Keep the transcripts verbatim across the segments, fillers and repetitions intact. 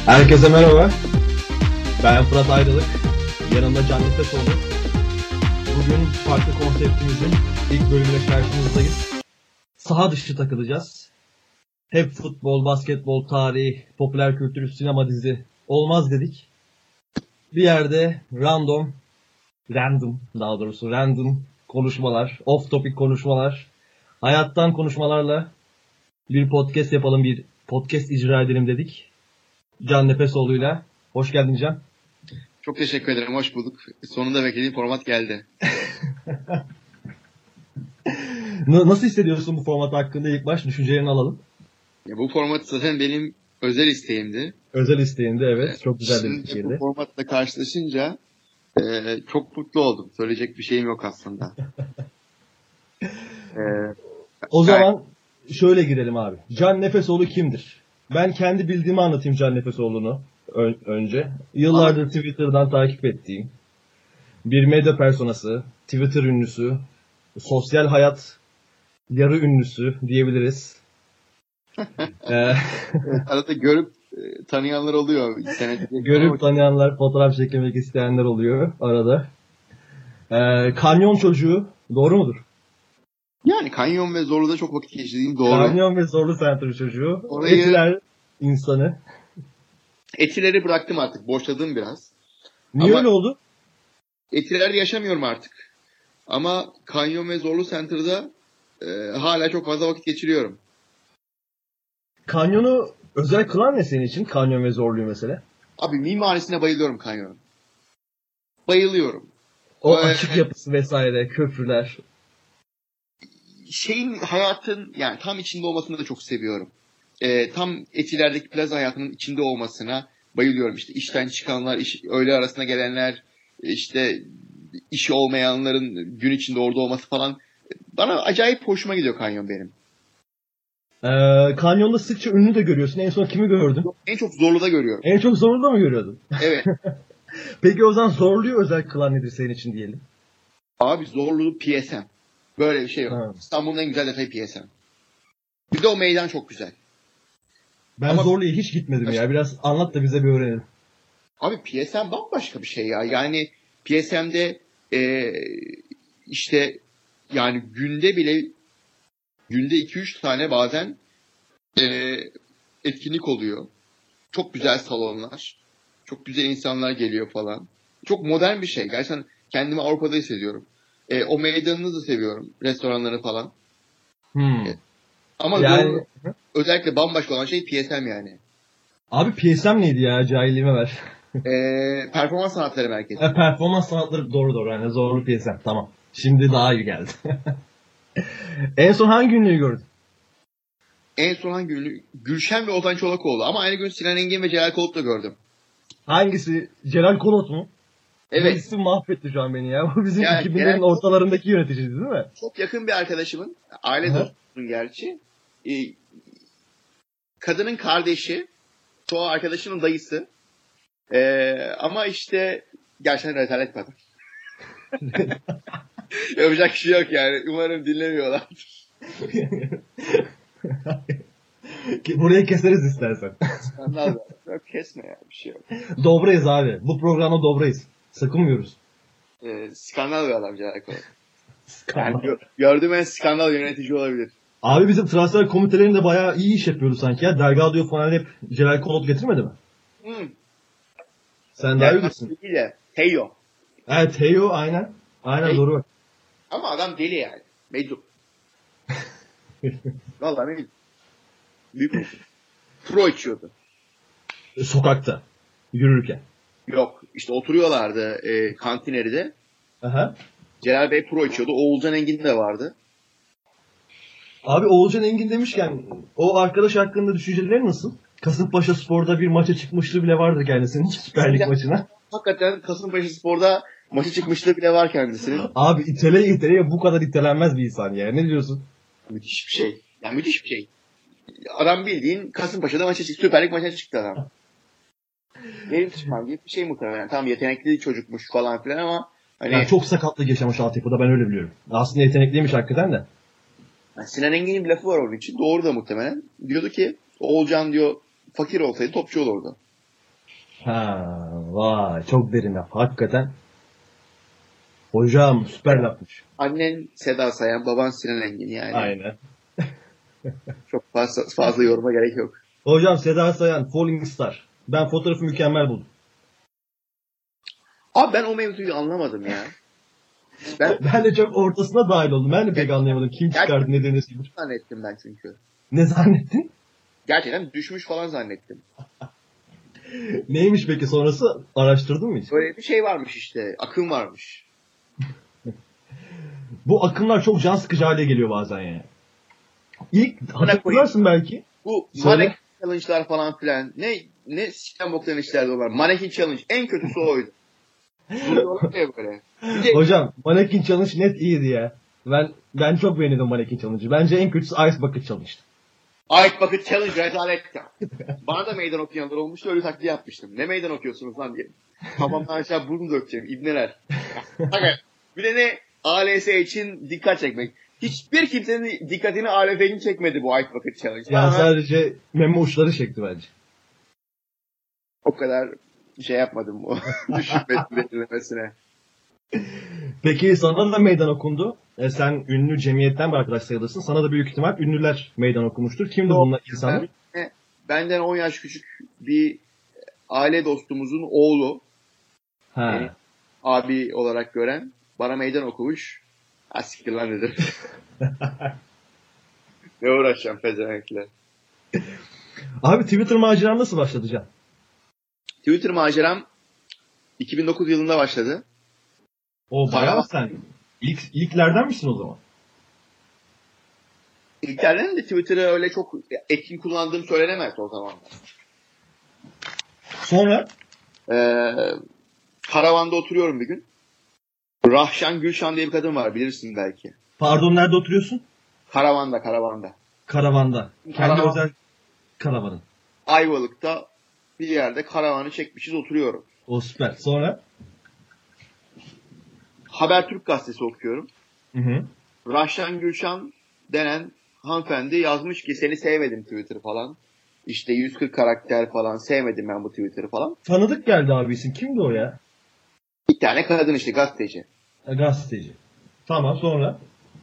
Herkese merhaba. Ben Fırat Ayrılık. Yanımda Can Nefesoğlu. Bugün farklı konseptimizin ilk bölümüyle karşınızdayız. Saha dışı takılacağız. Hep futbol, basketbol, tarih, popüler kültür, sinema, dizi olmaz dedik. Bir yerde random, random daha doğrusu random konuşmalar, off topic konuşmalar, hayattan konuşmalarla bir podcast yapalım, bir podcast icra edelim dedik. Can Nefesoğlu'yla. Hoş geldin Can. Çok teşekkür ederim, hoş bulduk. Sonunda beklediğim format geldi. Nasıl hissediyorsun bu format hakkında? İlk baş düşüncelerini alalım. Ya bu format zaten benim özel isteğimdi. Özel isteğindi, evet. Çok güzel bir fikirdi. Bu formatla karşılaşınca e, çok mutlu oldum. Söyleyecek bir şeyim yok aslında. e, o zaman şöyle girelim abi. Can Nefesoğlu kimdir? Ben kendi bildiğimi anlatayım Can Nefesoğlu'nu ön- önce. Yıllardır Ama... Twitter'dan takip ettiğim bir medya personası, Twitter ünlüsü, sosyal hayat yarı ünlüsü diyebiliriz. evet, arada görüp e, tanıyanlar oluyor. Görüp tanıyanlar, fotoğraf çekmek isteyenler oluyor arada. Ee, kanyon çocuğu doğru mudur? Yani Kanyon ve Zorlu'da çok vakit geçirdiğim doğru. Kanyon ve Zorlu Center çocuğu. Orayı... Etiler insanı. Etileri bıraktım artık. Boşladım biraz. Niye Ama öyle oldu? Etilerde yaşamıyorum artık. Ama Kanyon ve Zorlu Center'da e, hala çok fazla vakit geçiriyorum. Kanyonu özel kılan ne senin için? Kanyon ve Zorlu'yu mesela. Abi mimarisine bayılıyorum Kanyon'un. Bayılıyorum. O ee, açık yapısı vesaire, köprüler. Şeyin hayatın yani tam içinde olmasını da çok seviyorum. Ee, tam Etiler'deki plaza hayatının içinde olmasına bayılıyorum. İşte işten çıkanlar, iş, öğle arasına gelenler, işte işi olmayanların gün içinde orada olması falan. Bana acayip hoşuma gidiyor Kanyon benim. Ee, Kanyon'da sıkça ünlü de görüyorsun. En son kimi gördün? En çok Zorlu'da görüyorum. En çok Zorlu'da mı görüyordun? Evet. Peki o zaman Zorlu'yu özel kılan nedir senin için diyelim? Abi Zorlu P S M. Böyle bir şey yok. Ha. İstanbul'un en güzel detayı P S M. Bir de o meydan çok güzel. Ben Ama Zorlu'ya hiç gitmedim başka... ya. Biraz anlat da bize bir öğrenelim. Abi P S M bambaşka bir şey ya. Yani P S M'de e, işte yani günde bile günde iki üç tane bazen e, etkinlik oluyor. Çok güzel salonlar. Çok güzel insanlar geliyor falan. Çok modern bir şey. Gerçekten kendimi Avrupa'da hissediyorum. E, o meydanını da seviyorum. Restoranları falan. Hmm. E, ama yani... doğru, özellikle bambaşka olan şey P S M yani. Abi P S M neydi ya? Cahilliğime ver. e, performans sanatları merkezi. E, performans sanatları doğru doğru. Yani Zorlu P S M. Tamam. Şimdi daha iyi geldi. En son hangi ünlüyü gördün? En son hangi ünlü? Gülşen ve Ozan Çolakoğlu. Ama aynı gün Sinan Engin ve Celal Kolot da gördüm. Hangisi? Celal Kolot mu? Evet. Bu isim mahvetti şu an beni ya. Bu bizim yani iki binlerin ortalarındaki yöneticiydi değil mi? Çok yakın bir arkadaşımın, aile dostunun gerçi. E, kadının kardeşi, çoğu arkadaşının dayısı. E, ama işte gerçekten rezalet kadın. Yapacak bir şey yok yani. Umarım dinlemiyorlardır. Burayı keseriz istersen. Skandal yok. Kesme ya. Bir şey yok. Dobrayız abi. Bu programda dobrayız. Sakınmıyoruz. Ee, skandal bir adam Celal Kolot. Yani gördüğüm en skandal yönetici olabilir. Abi bizim transfer komitelerinde bayağı iyi iş yapıyordu sanki ya. Delgado falan hep Celal Kolot getirmedi mi? Hmm. Sen daha iyi bilirsin. Teyo. Evet Teyo aynen. Aynen hey. Doğru. Ama adam deli yani. Meczup. Vallahi meczup. Büyük meczup. Pro içiyordu. Sokakta. Yürürken. Yok. İşte oturuyorlardı e, kantinerde. Aha. Celal Bey pro içiyordu. Oğulcan Engin de vardı. Abi Oğulcan Engin demişken o arkadaş hakkında düşünceleri nasıl? Kasımpaşa Spor'da bir maça çıkmışlığı bile vardır kendisinin Süper Lig maçına. Hakikaten Kasımpaşa Spor'da maça çıkmışlığı bile var kendisinin. Abi İtalya İtalya bu kadar itelenmez bir insan ya. Ne diyorsun? Müthiş bir şey. Yani müthiş bir şey. Adam bildiğin Kasımpaşa'da maça çıktı. Süper Lig maça çıktı adam. Benim çıkmam gibi bir şey muhtemelen. Tam yetenekli çocukmuş falan filan ama hani... Yani çok sakatlık yaşamış altyapıda, ben öyle biliyorum. Aslında yetenekliymiş hakikaten de. Yani Sinan Engin'in bir lafı var onun için. Doğru da muhtemelen. Diyordu ki Oğulcan diyor fakir olsaydı topçu olurdu. Ha, vay çok derin laf. Hakikaten. Hocam süper lafmış. Annen Seda Sayan, baban Sinan Engin yani. Aynen. Çok fazla, fazla yoruma gerek yok. Hocam Seda Sayan, Falling Star. Ben fotoğrafı mükemmel buldum. Abi ben o mevzuyu anlamadım ya. Ben, ben de çok ortasına dahil oldum. Ben de pek anlayamadım. Kim çıkardı, ne denesidir. Zannettim ben çünkü. Ne zannettin? Gerçekten düşmüş falan zannettim. Neymiş peki sonrası? Araştırdın mı hiç? Böyle bir şey varmış işte. Akım varmış. Bu akımlar çok can sıkıcı hale geliyor bazen yani. İlk hatırlarsın belki. Bu mannequin challenge'lar falan filan. Ne ne sistem boktan işlerdi onlar. Mannequin challenge. En kötüsü oydu. Böyle. De, Hocam mannequin challenge net iyiydi ya. Ben ben çok beğendim mannequin challenge'ı. Bence en kötüsü Ice Bucket Challenge'tı. Ice Bucket Challenge rezalet. Bana da meydan okuyanlar olmuştu. Öyle taklidi yapmıştım. Ne meydan okuyorsunuz lan diye. Kafamdan aşağı burnu dökeceğim. İbneler. Bir de ne? A L S için dikkat çekmek. Hiçbir kimsenin dikkatini A L S'nin çekmedi bu Ice Bucket Challenge. Yani sadece meme uçları çekti bence. O kadar şey yapmadım o. Düşünmedim belirlemesine. Peki sana da meydan okundu. E sen ünlü cemiyetten bir arkadaş sayılırsın. Sana da büyük ihtimal ünlüler meydan okumuştur. Kimdi bunlar insanlar? Ben, benden on yaş küçük bir aile dostumuzun oğlu. Beni abi olarak gören bana meydan okumuş. Ha siktir lan dedim. Ne uğraşacağım pezevenkle. Abi Twitter maceran nasıl başladı Can? Twitter maceram iki bin dokuz yılında başladı. O bayağı sen. İlk, ilklerden misin o zaman? İlklerden de Twitter'ı öyle çok etkin kullandığım söylenemez o zamanlar. Sonra? Ee, karavanda oturuyorum bir gün. Rahşan Gülşan diye bir kadın var, bilirsin belki. Pardon, nerede oturuyorsun? Karavanda, karavanda. Karavanda. Kendi Karavan. özel karavanın. Ayvalık'ta bir yerde karavanı çekmişiz, oturuyorum. O süper. Sonra? Habertürk gazetesi okuyorum. Hı hı. Rahşan Gülşan denen hanımefendi yazmış ki seni sevmedim Twitter falan. İşte yüz kırk karakter falan, sevmedim ben bu Twitter'ı falan. Tanıdık geldi abi isim. Kimdi o ya? Bir tane kadın işte, gazeteci. E, gazeteci. Tamam, sonra?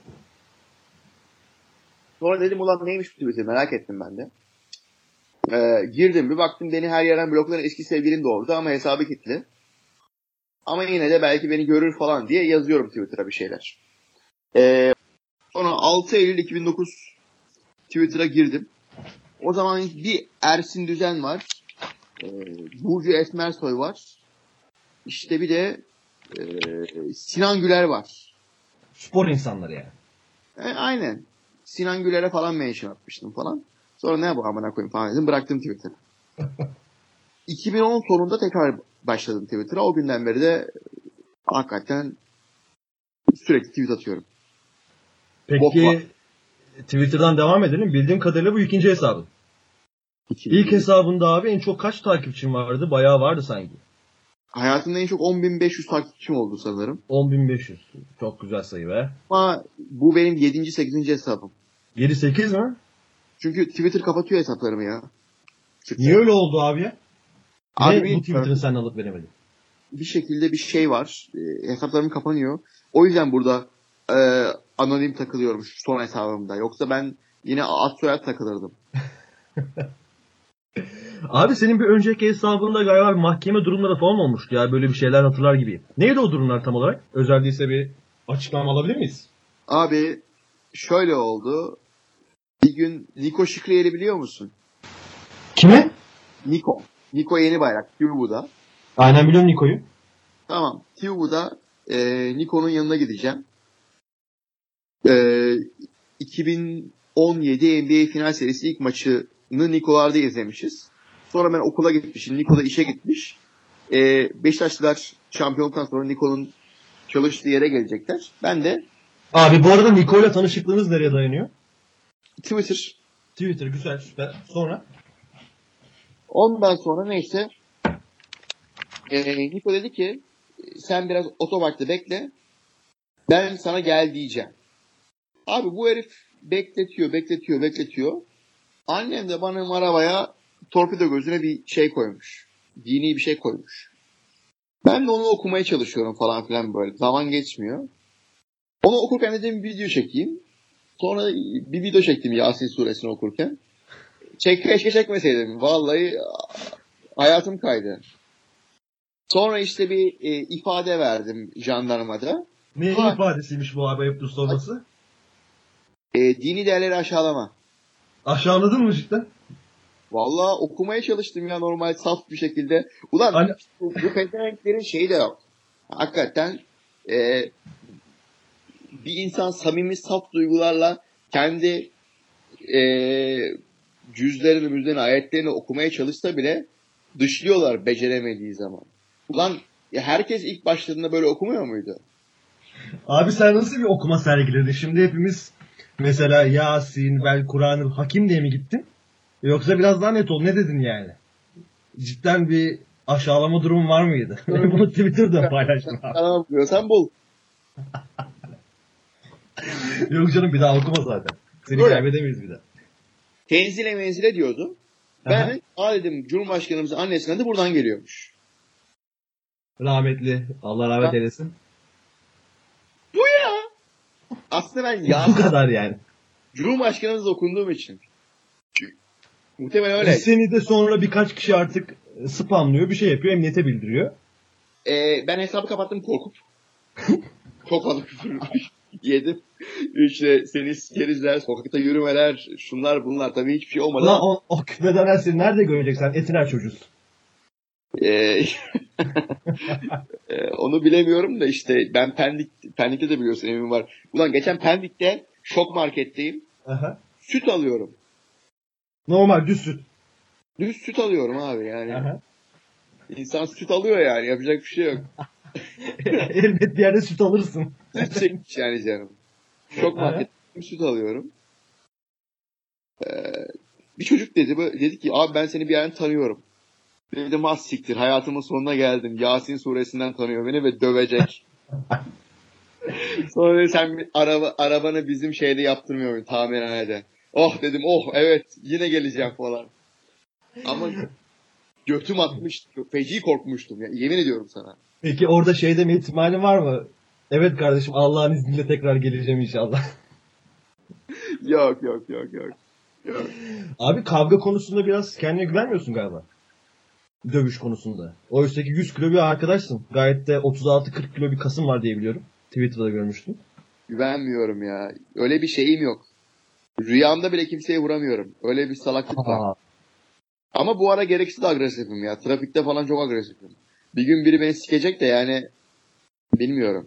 Sonra dedim ulan neymiş bu Twitter, merak ettim ben de. Ee, girdim bir baktım, beni her yerden bloklayan eski sevgilim de orada ama hesabı kilitli. Ama yine de belki beni görür falan diye yazıyorum Twitter'a bir şeyler. Ee, sonra altı Eylül iki bin dokuz Twitter'a girdim. O zaman bir Ersin Düzen var. Ee, Burcu Esmersoy var. İşte bir de e, Sinan Güler var. Spor insanları yani. E, aynen. Sinan Güler'e falan mention atmıştım falan. Sonra ne yapayım amına koyayım falan dedim. Bıraktım Twitter'ı. iki bin on sonunda tekrar başladım Twitter'a. O günden beri de hakikaten sürekli tweet atıyorum. Peki Twitter'dan devam edelim. Bildiğim kadarıyla bu ikinci hesabın. İlk hesabında abi en çok kaç takipçin vardı? Bayağı vardı sanki. Hayatımda en çok on bin beş yüz takipçim oldu sanırım. on bin beş yüz. Çok güzel sayı be. Ama bu benim yedinci sekizinci hesabım. yedi sekiz mi? Çünkü Twitter kapatıyor hesaplarımı ya. Çıktı. Niye öyle oldu abi ya? Abi ne bu Twitter'ın sen alıp veremedin? Bir şekilde bir şey var. E, hesaplarım kapanıyor. O yüzden burada e, anonim takılıyorum şu son hesabımda. Yoksa ben yine ad soyad takılırdım. Abi senin bir önceki hesabında galiba mahkeme durumları falan olmuştu ya. Böyle bir şeyler hatırlar gibiyim. Neydi o durumlar tam olarak? Özel değilse bir açıklama alabilir miyiz? Abi şöyle oldu. Bir gün Niko Şikriyer'i biliyor musun? Kimi? Niko. Niko Yenibayrak. Tivu'da. Aynen biliyorum Niko'yu. Tamam. Tivu'da e, Niko'nun yanına gideceğim. E, iki bin on yedi N B A final serisi ilk maçını Niko'larda izlemişiz. Sonra ben okula gitmişim. Niko da işe gitmiş. E, Beşiktaşlılar şampiyonluktan sonra Niko'nun çalıştığı yere gelecekler. Ben de Abi bu arada Niko'yla tanışıklığınız nereye dayanıyor? Twitter. Twitter güzel, süper. Sonra? Ondan sonra neyse e, Niko dedi ki sen biraz otoparkta bekle. Ben sana gel diyeceğim. Abi bu herif bekletiyor, bekletiyor, bekletiyor. Annem de bana arabaya torpido gözüne bir şey koymuş. dini bir şey koymuş. Ben de onu okumaya çalışıyorum falan filan böyle. Zaman geçmiyor. Onu okurken dedim bir video çekeyim. Sonra bir video çektim Yasin suresini okurken. Çek, keşke çekmeseydim. Vallahi hayatım kaydı. Sonra işte bir e, ifade verdim jandarmada. Neyin ha, ifadesiymiş bu abi ayıptır sorması? E, dini değerleri aşağılama. Aşağıladın mı cidden? Vallahi okumaya çalıştım ya normal saf bir şekilde. Ulan hani... bu, bu pezevenklerin şeyi de yok. Hakikaten e, bir insan samimi saf duygularla kendi e, cüzlerini, müzlerini, ayetlerini okumaya çalışsa bile dışlıyorlar beceremediği zaman. Ulan ya herkes ilk başladığında böyle okumuyor muydu? Abi sen nasıl bir okuma sergiledin? Şimdi hepimiz mesela Yasin, Vel, Kur'an-ı Hakim diye mi gittin? Yoksa biraz daha net ol. Ne dedin yani? Cidden bir aşağılama durumu var mıydı? Bunu Twitter'da paylaştın abi. Tamam okuyorsan bul. Yok canım bir daha okuma zaten. Seni Öyle. Kaybedemeyiz bir daha. Tenzile menzile diyordu. Ben aa dedim Cumhurbaşkanımızın annesinden de buradan geliyormuş. Rahmetli. Allah rahmet eylesin. Bu ya. Aslında ben ya. Bu kadar yani. Cumhurbaşkanımızla okunduğum için. Muhtemelen öyle. Seni de sonra birkaç kişi artık spamlıyor, bir şey yapıyor, emniyete bildiriyor. Ee, ben hesabı kapattım korkup. Çok fazla küfür yedim. İşte seni sikerizler, sokakta yürümeler, şunlar bunlar tabii hiçbir şey olmadı. Lan o, o küfreden seni nerede göreceksen Etiler çocuğusun. Ee, onu bilemiyorum da işte ben Pendik, Pendik'te de biliyorsun evim var. Ulan geçen Pendik'te şok marketteyim. Aha. Süt alıyorum. Normal düz süt. Düz süt alıyorum abi yani. Aha. İnsan süt alıyor yani yapacak bir şey yok. Elbet bir yerde süt alırsın. Süt çekmiş yani canım. Şok marketteyim süt alıyorum. Ee, bir çocuk dedi, dedi ki abi ben seni bir yerden tanıyorum. Dedim az siktir hayatımın sonuna geldim. Yasin suresinden tanıyor beni ve dövecek. Sonra sen araba, arabanı bizim şeyde yaptırmıyor muyum tamirhanede? Oh dedim oh evet yine geleceğim falan. Ama götüm atmış, feci korkmuştum ya yemin ediyorum sana. Peki orada şey deme ihtimali var mı? Evet kardeşim Allah'ın izniyle tekrar geleceğim inşallah. Yok yok yok yok. Yok. Abi kavga konusunda biraz kendine güvenmiyorsun galiba. Dövüş konusunda. Oysa ki yüz kilo bir arkadaşsın. Gayet de otuz altı kırk kilo bir kasın var diye biliyorum. Twitter'da görmüştüm. Güvenmiyorum ya. Öyle bir şeyim yok. Rüyamda bile kimseye vuramıyorum. Öyle bir salaklık var. Aha. Ama bu ara gereksiz agresifim ya. Trafikte falan çok agresifim. Bir gün biri beni sikecek de yani bilmiyorum.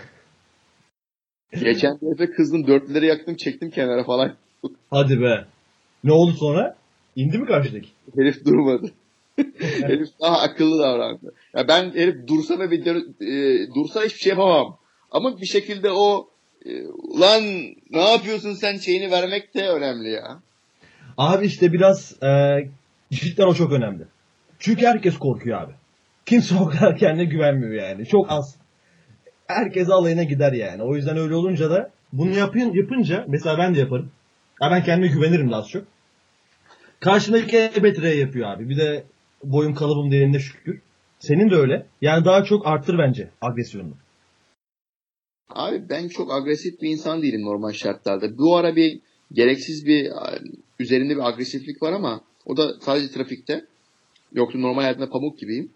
Geçen defa kızdım. Dörtlüleri yaktım çektim kenara falan. Hadi be. Ne oldu sonra? İndi mi karşıdaki? Herif durmadı. Herif daha akıllı davrandı. Ya ben herif dursa ve bir e, dursa hiçbir şey yapamam. Ama bir şekilde o e, ulan ne yapıyorsun sen şeyini vermek de önemli ya. Abi işte biraz e, cidden o çok önemli. Çünkü herkes korkuyor abi. Kimse o kadar kendine güvenmiyor yani. Çok az. Herkes alayına gider yani. O yüzden öyle olunca da bunu yapın, yapınca mesela ben de yaparım. Ya ben kendime güvenirim de az çok. Karşımdaki elbet R yapıyor abi. Bir de boyum kalıbım değerinde şükür. Senin de öyle. Yani daha çok arttır bence agresyonunu. Abi ben çok agresif bir insan değilim normal şartlarda. Bu ara bir gereksiz bir üzerinde bir agresiflik var ama o da sadece trafikte. Yoksa normal hayatımda pamuk gibiyim.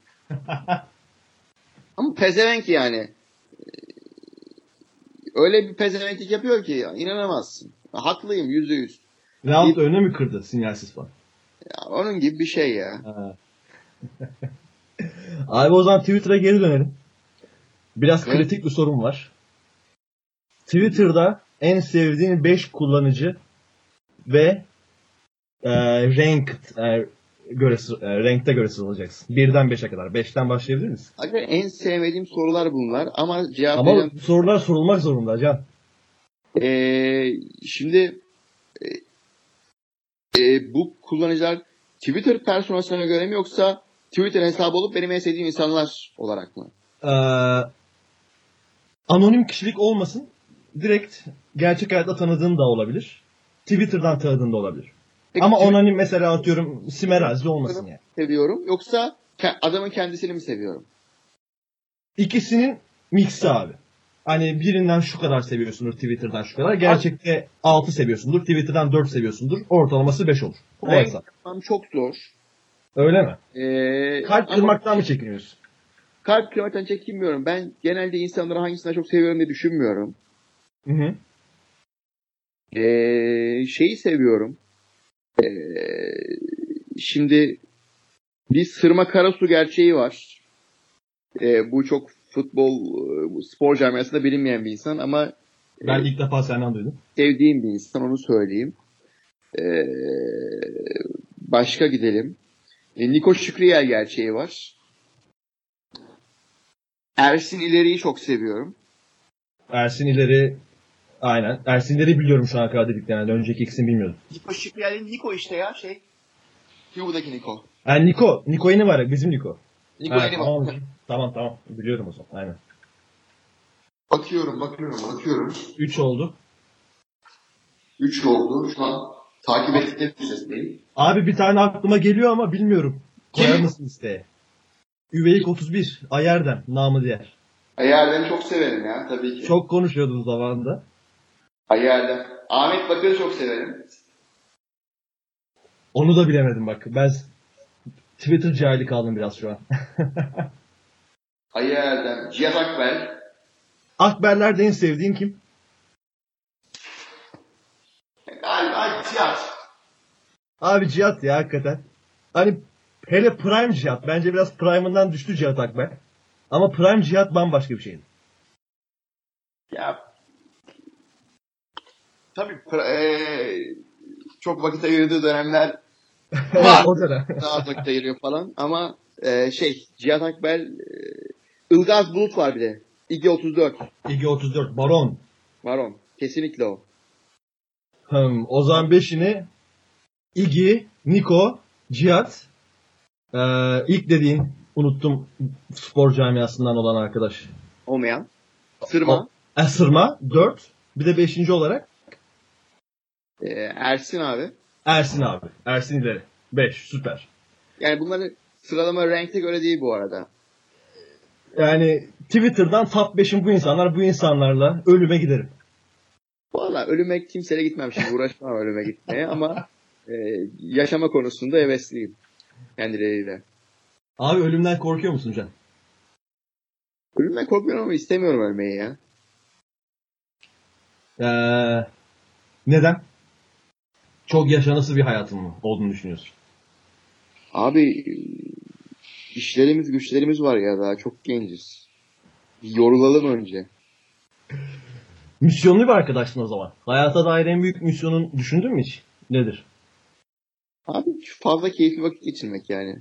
Ama pezevenk yani. Öyle bir pezevenklik yapıyor ki ya, inanamazsın. Haklıyım yüzde yüz. Round önüne mi kırdı sinyalsiz falan? Ya, onun gibi bir şey ya. Abi o zaman Twitter'a geri dönelim. Biraz evet. Kritik bir sorun var. Twitter'da en sevdiğin beş kullanıcı ve e, ranked e, göre e, rankte göre sıralayacaksın. birden beşe kadar. beşten başlayabilir misin? Arkadaşlar en sevmediğim sorular bunlar ama cevaplayacağım. Ama sorular sorulmak zorunda Can. Ee, şimdi e, e, bu kullanıcılar Twitter personasına göre mi yoksa Twitter hesabı olup benim en sevdiğim insanlar olarak mı? Ee, anonim kişilik olmasın. Direkt gerçek hayatta tanıdığın da olabilir. Twitter'dan tanıdığın da olabilir. Peki, ama anonim mesela atıyorum Simerazi olmasın yani. Seviyorum. Yoksa Ke- adamın kendisini mi seviyorum? İkisinin mixi abi. Hani birinden şu kadar seviyorsundur, Twitter'dan şu kadar. Gerçekte altı seviyorsundur, Twitter'dan dört seviyorsundur. Ortalaması beş olur. O Renk hesap. yapmam çok zor. Öyle mi? Ee, Kalp ama kırmaktan mı çekiniyorsun? kalp kırmaktan çekinmiyorum. Ben genelde insanları hangisinden çok seviyorum diye düşünmüyorum. Hı hı. Ee, şeyi seviyorum. Ee, şimdi bir Sırma Karasu gerçeği var. Ee, bu çok futbol, bu spor camiasında bilinmeyen bir insan ama Ben ilk defa senden duydum. sevdiğim bir insan, onu söyleyeyim. Ee, başka gidelim. E, Niko Şükriyel gerçeği var. Ersin İleri'yi çok seviyorum. Ersin İleri, aynen. Ersin İleri biliyorum şu an kadar dediklerini. Önceki ikisini bilmiyordum. Niko Şükriyel'in Niko işte ya şey. Yubu'daki Niko. Yani Niko. Niko yeni var ya. Bizim Niko. Niko Ha, yeni tamam. bak. Tamam tamam. Biliyorum o zaman. Aynen. Bakıyorum, bakıyorum, bakıyorum. üç oldu. Üç oldu. Şu an takip ettikleri listesindeyim. Abi bir tane aklıma geliyor ama bilmiyorum. Koyar Kim? mısın listeye? Üveyik otuz bir. Ayer'den. Namı diğer. Ayer'den çok severim ya tabii ki. Çok konuşuyordum zamanında. Ayer'den. Ahmet Bakır'ı çok severim. Onu da bilemedim bak. Ben Twitter cahili kaldım biraz şu an. Ayer'den. Cihat Akbel. Akberler'de en sevdiğin kim? Galiba Cihat. Abi Cihat ya hakikaten. Hani hele Prime Cihat. Bence biraz Prime'ından düştü Cihat Akber. Ama Prime Cihat bambaşka bir şeydi. Ya tabii ee, çok vakit ayırdığı dönemler var. O dönem. Daha az vakit ayırıyor falan ama ee, şey Cihat Akbel ee, Ilgaz Bulut var bir de. İgi otuz dört. İgi otuz dört. Baron. Var on. Kesinlikle o. Hmm, Ozan Beşin'i İgi, Niko, Cihat. Ee, ilk dediğin unuttum spor camiasından olan arkadaş. Olmayan. Sırma. O, Esırma dört. Bir de beşinci olarak Ee, Ersin abi. Ersin abi. Ersin İleri. beş. Süper. Yani bunları sıralama renkte göre değil bu arada. Yani Twitter'dan top beşim bu insanlar. Bu insanlarla ölüme giderim. Valla ölüme kimseyle gitmem şimdi. Uğraşmam ölüme gitmeye ama e, yaşama konusunda hevesliyim. Kendileriyle. Abi ölümden korkuyor musun Can? Ölümden korkmuyorum ama istemiyorum ölmeyi ya. Ee, neden? Çok yaşanası bir hayatın mı olduğunu düşünüyorsun? Abi işlerimiz güçlerimiz var ya, daha çok genciz. Yorulalım önce. Misyonlu bir arkadaşsın o zaman. Hayata dair en büyük misyonun düşündün mü hiç? Nedir? Abi fazla keyifli vakit geçirmek yani.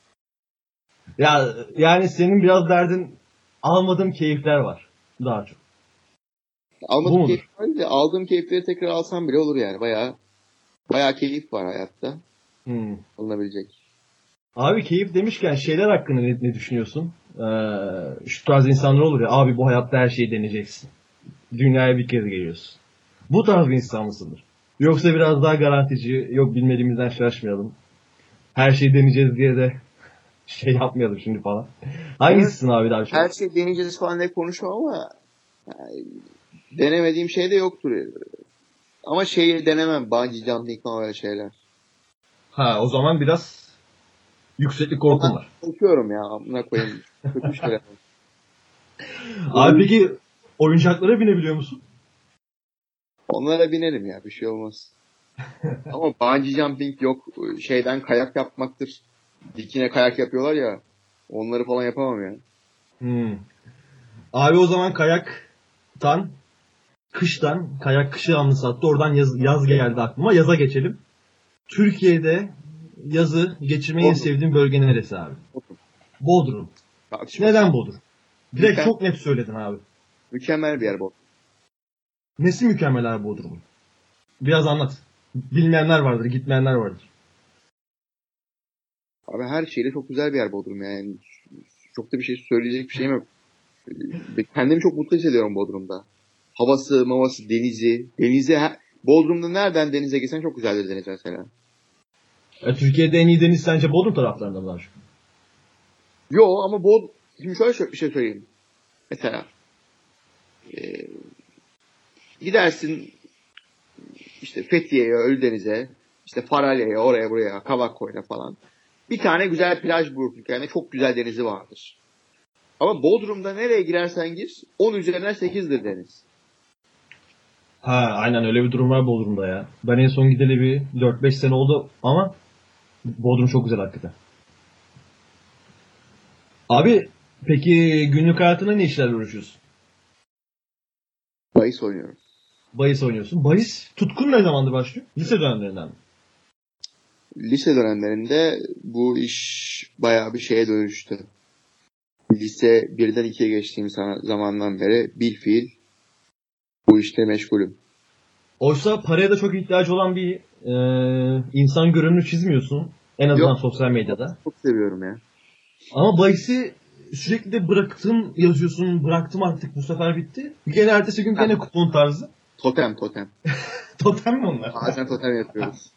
Ya yani senin biraz derdin almadığım keyifler var daha çok. Almadığım keyif var de aldığım keyifleri tekrar alsam bile olur yani. Bayağı bayağı keyif var hayatta. Hmm. Alınabilecek. Abi keyif demişken şeyler hakkında ne, ne düşünüyorsun? Ee, şu tarz insanlar olur ya, abi bu hayatta her şeyi deneyeceksin. Dünyaya bir kez geliyorsun. Bu tarz bir insan mısındır? Yoksa biraz daha garantici, yok bilmediğimizden şaşmayalım. Her şeyi deneyeceğiz diye de şey yapmayalım şimdi falan. Hangisisin abi daha çok? Her şey deneyeceğiz falan diye konuşmam ama yani, denemediğim şey de yoktur. Ama şeyi denemem. Bungee jumping falan öyle şeyler. Ha, o zaman biraz yükseklik korkum var. Korkuyorum ya. Amına koyayım. Kötü şeyler. Abi peki oyuncaklara binebiliyor musun? Onlara binerim ya. Bir şey olmaz. Ama bungee jumping yok. Şeyden kayak yapmaktır. Dikine kayak yapıyorlar ya. Onları falan yapamam ya. Hmm. Abi o zaman kayaktan, kıştan, kayak kışı anımsattı. Oradan yaz, yaz geldi aklıma. Yaza geçelim. Türkiye'de yazı geçirmeyi en Bodrum. sevdiğin bölge neresi abi? Bodrum. Bodrum. Tartışma. Neden Bodrum? Direkt Mükemmel. çok net söyledin abi. Mükemmel bir yer bu. Nesi mükemmel abi Bodrum'un? Biraz anlat. Bilmeyenler vardır, gitmeyenler vardır. Abi her şeyle çok güzel bir yer Bodrum yani. Çok da bir şey söyleyecek bir şeyim yok. Kendimi çok mutlu hissediyorum Bodrum'da. Havası, mavası, denizi. Denize, Bodrum'da nereden denize gitsen çok güzeldir deniz mesela. E, Türkiye'de en iyi deniz sence Bodrum taraflarında mı daha çok? Yo ama Bod şimdi şöyle bir şey söyleyeyim. Mesela e, gidersin işte Fethiye'ye, Ölüdeniz'e, işte Faralya'ya, oraya buraya, Kavakkoy'la falan. Bir tane güzel plaj bulursun. Yani çok güzel denizi vardır. Ama Bodrum'da nereye girersen gir on üzerinden sekizdir deniz. Ha aynen öyle bir durum var Bodrum'da ya. Ben en son gideli bir dört beş sene oldu ama Bodrum çok güzel hakikaten. Abi peki günlük hayatında ne işlerle uğraşıyorsun? Bahis oynuyorum. Bahis oynuyorsun. Bahis tutkun ne zamandır başlıyor? Lise dönemlerinden mi? Lise dönemlerinde bu iş bayağı bir şeye dönüştü. Lise birden ikiye geçtiğim zamandan beri bilfiil bu işte meşgulüm. Oysa paraya da çok ihtiyacı olan bir e, insan görünümü çizmiyorsun. En azından Yok, sosyal medyada. Çok seviyorum ya. Ama bahisi sürekli de bıraktım yazıyorsun. Bıraktım artık bu sefer bitti. Gene ertesi gün gene kupon tarzı. Totem totem. Totem mi onlar? Bazen totem yapıyoruz.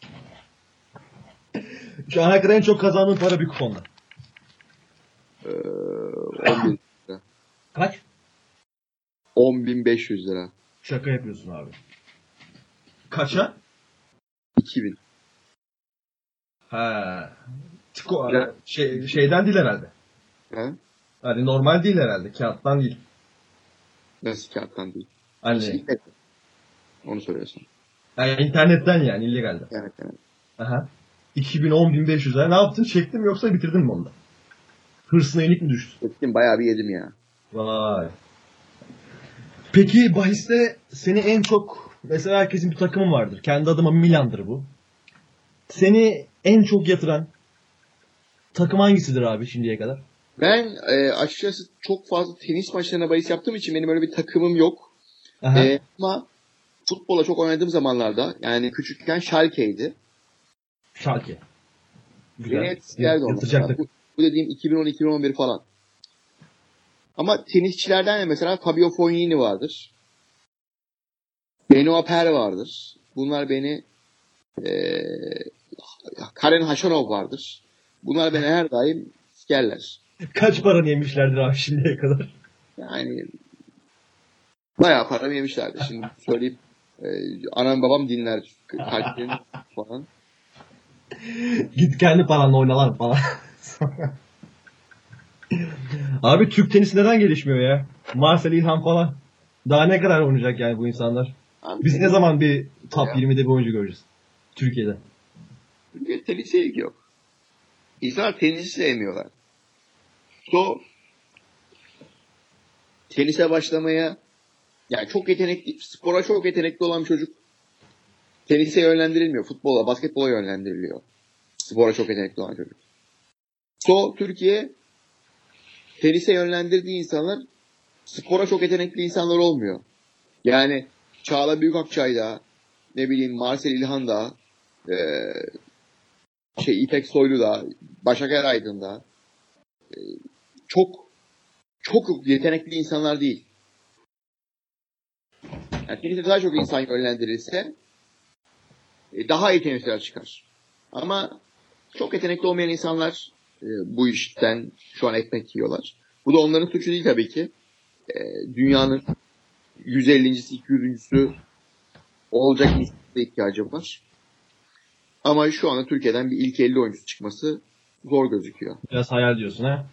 Şu ana kadar en çok kazandığın para bir kuponda. Ee, on bin lira. Kaç? on bin beş yüz lira. Şaka yapıyorsun abi. Kaça? iki bin. Ha. Tiko, şey, şeyden değil herhalde. He? Hani normal değil herhalde. Kağıttan değil. Nasıl kağıttan değil? Hani. Şey, onu soruyorsun. Yani internetten yani illegalde. Evet evet. Aha. iki bin on bin beş yüz lira. Ne yaptın? Çektin mi yoksa bitirdin mi onu da? Hırsına yenik mi düştün? Ettim bayağı bir yedim ya. Vay. Peki bahiste seni en çok mesela herkesin bir takımı vardır. Kendi adıma Milan'dır bu. Seni en çok yatıran takım hangisidir abi şimdiye kadar? Ben e, açıkçası çok fazla tenis maçlarına bahis yaptığım için benim öyle bir takımım yok. E, ama futbola çok oynadığım zamanlarda yani küçükken Schalke'ydi. Schalke. Güzel. Beni etkilerdi onlar. Bu, bu dediğim iki bin on iki bin on bir falan. Ama tenisçilerden de mesela Fabio Fognini vardır. Benoît Paire vardır. Bunlar beni e, Karen Haşanov vardır. Bunlar beni her daim sikerler. Kaç paranı yemişlerdir abi şimdiye kadar? Yani bayağı param yemişlerdi. Şimdi söyleyip e, anam babam dinler kalplerini falan. Git kendi paranla oyna lan falan. Abi Türk tenisi neden gelişmiyor ya? Marcel İlhan falan. Daha ne kadar oynayacak yani bu insanlar? Abi, biz ne zaman bir top ya. yirmide bir oyuncu göreceğiz? Türkiye'de. Türkiye'de tenise ilgi yok. İnsanlar tenisi sevmiyorlar. So tenise başlamaya yani çok yetenekli, spora çok yetenekli olan bir çocuk tenise yönlendirilmiyor. Futbola, basketbola yönlendiriliyor. Spora çok yetenekli olan çocuk. So Türkiye tenise yönlendirdiği insanlar spora çok yetenekli insanlar olmuyor. Yani Çağla Büyükakçay'da, ne bileyim Marcel İlhan'da, e, şey İpek Soylu'da, Başak Eraydın'da e, çok çok yetenekli insanlar değil. Yani teniste daha çok insan yönlendirilse e, daha iyi tenisçiler çıkar. Ama çok yetenekli olmayan insanlar e, bu işten şu an ekmek yiyorlar. Bu da onların suçu değil tabii ki. E, dünyanın yüz ellincisi, iki yüzüncüsü olacak bir ihtiyacı var. Ama şu anda Türkiye'den bir ilk elli oyuncusu çıkması zor gözüküyor. Biraz hayal diyorsun ha?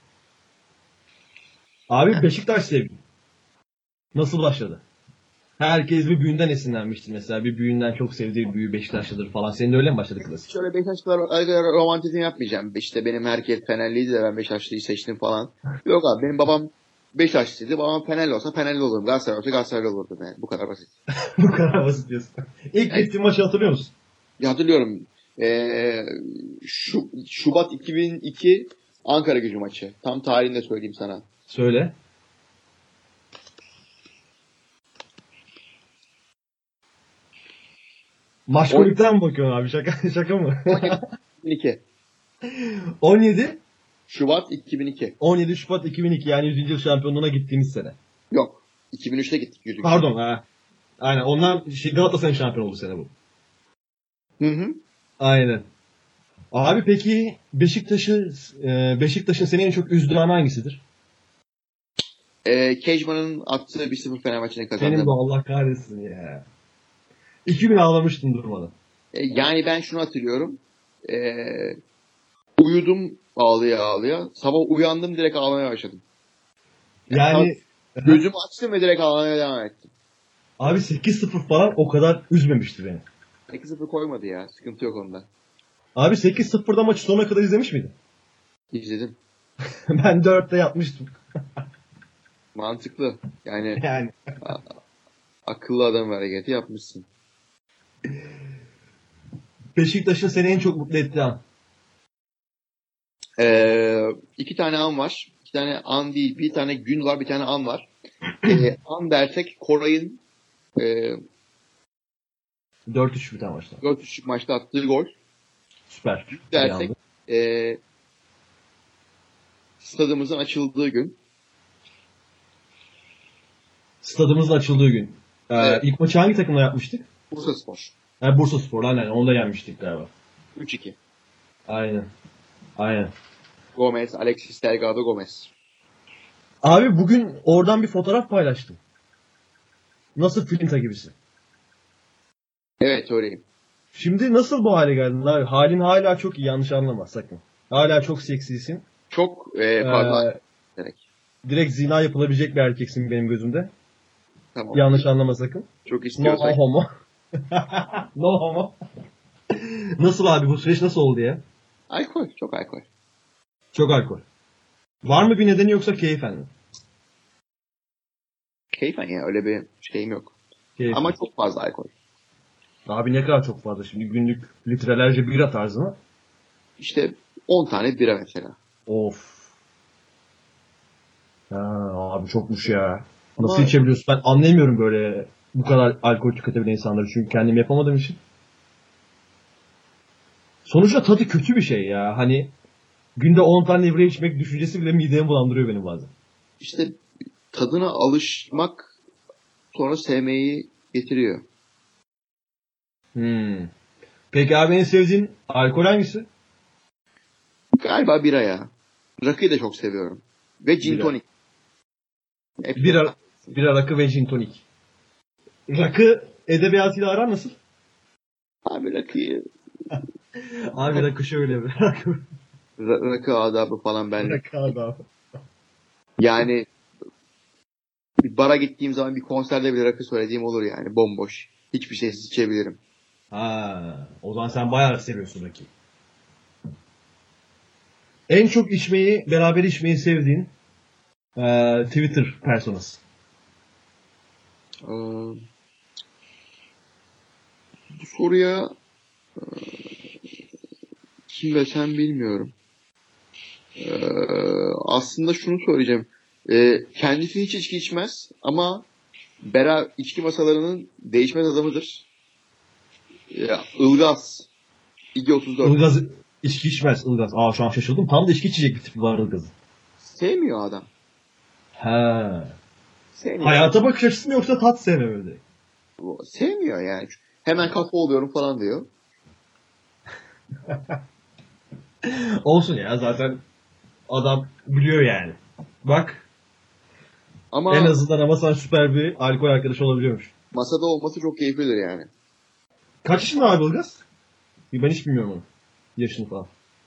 Abi yani. Beşiktaş sevgili. Nasıl başladı? Herkes bir büyüğünden esinlenmiştir mesela. Bir büyüğünden çok sevdiği bir büyüğü Beşiktaşlıdır falan. Senin de öyle mi başladı klasik? Şöyle Beşiktaşlılar romantizm yapmayacağım. İşte benim herkes Fenerliydi de ben Beşiktaşlıyı seçtim falan. Yok abi benim babam Beşiktaşlıydı. Babam Fenerli olsa Fenerli olurdum. Galatasaray olsa Galatasaraylı olurdum yani. Bu kadar basit. Bu kadar basit diyorsun. İlk yani, gittiğin maçı hatırlıyor musun? Ya hatırlıyorum. Ee, Şu, Şubat iki bin iki Ankara Gücü maçı. Tam tarihini de söyleyeyim sana. Söyle. Maşkolikten mi bakıyorsun abi? Şaka, şaka mı? on yedi on yedi Şubat iki bin iki on yedi Şubat iki bin iki yani yüzüncü yıl şampiyonluğuna gittiğimiz sene. Yok. iki bin üçte gittik. yüzüncü. Pardon ha. Aynen. Ondan şey, Galatasaray'ın şampiyon oldu sene bu. Hı hı. Aynen. Abi peki Beşiktaş'ı e, Beşiktaş'ın seni en çok üzdüğü an hangisidir? Ee, Kejman'ın attığı bir sıfır Fenerbahçe'nin kazandığı. Senin bu Allah kahretsin ya. İki gün ağlamıştın durmadan. Ee, yani ben şunu hatırlıyorum. Ee, uyudum ağlaya ağlaya. Sabah uyandım, direkt ağlamaya başladım. Yani gözümü açtım ve direkt ağlamaya devam ettim. abi sekiz sıfır falan o kadar üzmemişti beni. sekiz sıfır koymadı ya. Sıkıntı yok onda. Abi sekiz sıfırda maçı sonuna kadar izlemiş miydin? İzledim. Ben dörtte yapmıştım. Mantıklı. Yani, Yani. a- akıllı adam hareketi yapmışsın. Beşiktaş'ın seni en çok mutlu ettiği an. Ee, iki tane an var. İki tane an değil. Bir tane gün var. Bir tane an var. Ee, an dersek Koray'ın e, dört üç bir tane maçta. dört üçlük maçta attığı gol. Süper. Dersek e, stadımızın açıldığı gün. Stadımızın açıldığı gün. Ee, Evet. İlk maçı hangi takımla yapmıştık? Bursaspor. Ha, Bursaspor. Aynen. Onu da yenmiştik galiba. üç iki. Aynen. Aynen. Gomez, Alexis Delgado Gomez. Abi bugün oradan bir fotoğraf paylaştım. Nasıl Filinta gibisi. Evet, öyleyim. Şimdi nasıl bu hale geldin abi? Halin hala çok iyi, yanlış anlama sakın. Hala çok seksisin. Çok e, fazla. Ee, Direkt. direkt zina yapılabilecek bir erkeksin benim gözümde. Tamam. Yanlış anlama sakın. Çok No istiyorsan. homo. No homo. Nasıl abi, bu süreç nasıl oldu ya? Alkol. Çok alkol. Çok alkol. Var mı bir nedeni yoksa keyfen mi? Keyfen ya. Öyle bir şeyim yok. Keyfen. Ama çok fazla alkol. Abi ne kadar çok fazla şimdi, günlük litrelerce bira tarzı mı? İşte on tane bira mesela. Of. Ha, abi çokmuş ya. Nasıl Ama- içebiliyorsun? Ben anlayamıyorum böyle bu kadar alkol tüketebilen insanları, çünkü kendim yapamadığım için. Sonuçta tadı kötü bir şey ya. Hani günde on tane bira içmek düşüncesi bile midemi bulandırıyor benim bazen. İşte tadına alışmak sonra sevmeyi getiriyor. Hmm. Peki abi en sevdiğin alkol hangisi? Galiba bira ya. Rakıyı da çok seviyorum. Ve gin Bira. tonic. Hep Bira, bira, rakı ve gin tonik. Rakı edebiyatıyla aran nasıl? Abi rakıyı, Abi rakı şöyle bir. Rakı, ra- rakı adabı falan ben. rakı adam. Yani bir bara gittiğim zaman bir konserde bile rakı söylediğim olur yani. Bomboş. Hiçbir şeysiz içebilirim. Ha, o zaman sen bayağı seviyorsun rakıyı. En çok içmeyi, beraber içmeyi sevdiğin eee, Twitter personası. Ee, bu soruya e, kim desem bilmiyorum. Ee, aslında şunu söyleyeceğim. Ee, kendisi hiç içki içmez ama beraber içki masalarının değişmez adamıdır. Ya, Ilgaz. İgi otuz dört. Ilgaz içki içmez, Ilgaz. Aa, şu an şaşırdım. Tam da içki içecek bir tipi var Ilgaz'ın. Sevmiyor adam. Ha. Sevmiyor. Hayata bakış açısı mı yoksa tat sevme mi? Sevmiyor yani. Hemen kafa oluyorum falan diyor. Olsun ya, zaten adam biliyor yani. Bak, Ama en azından ama sana süper bir alkol arkadaşı olabiliyormuş. masada olması çok keyiflidir yani. Kaç yaşında abi Ilgaz? Ben hiç bilmiyorum onu. Yaşını falan.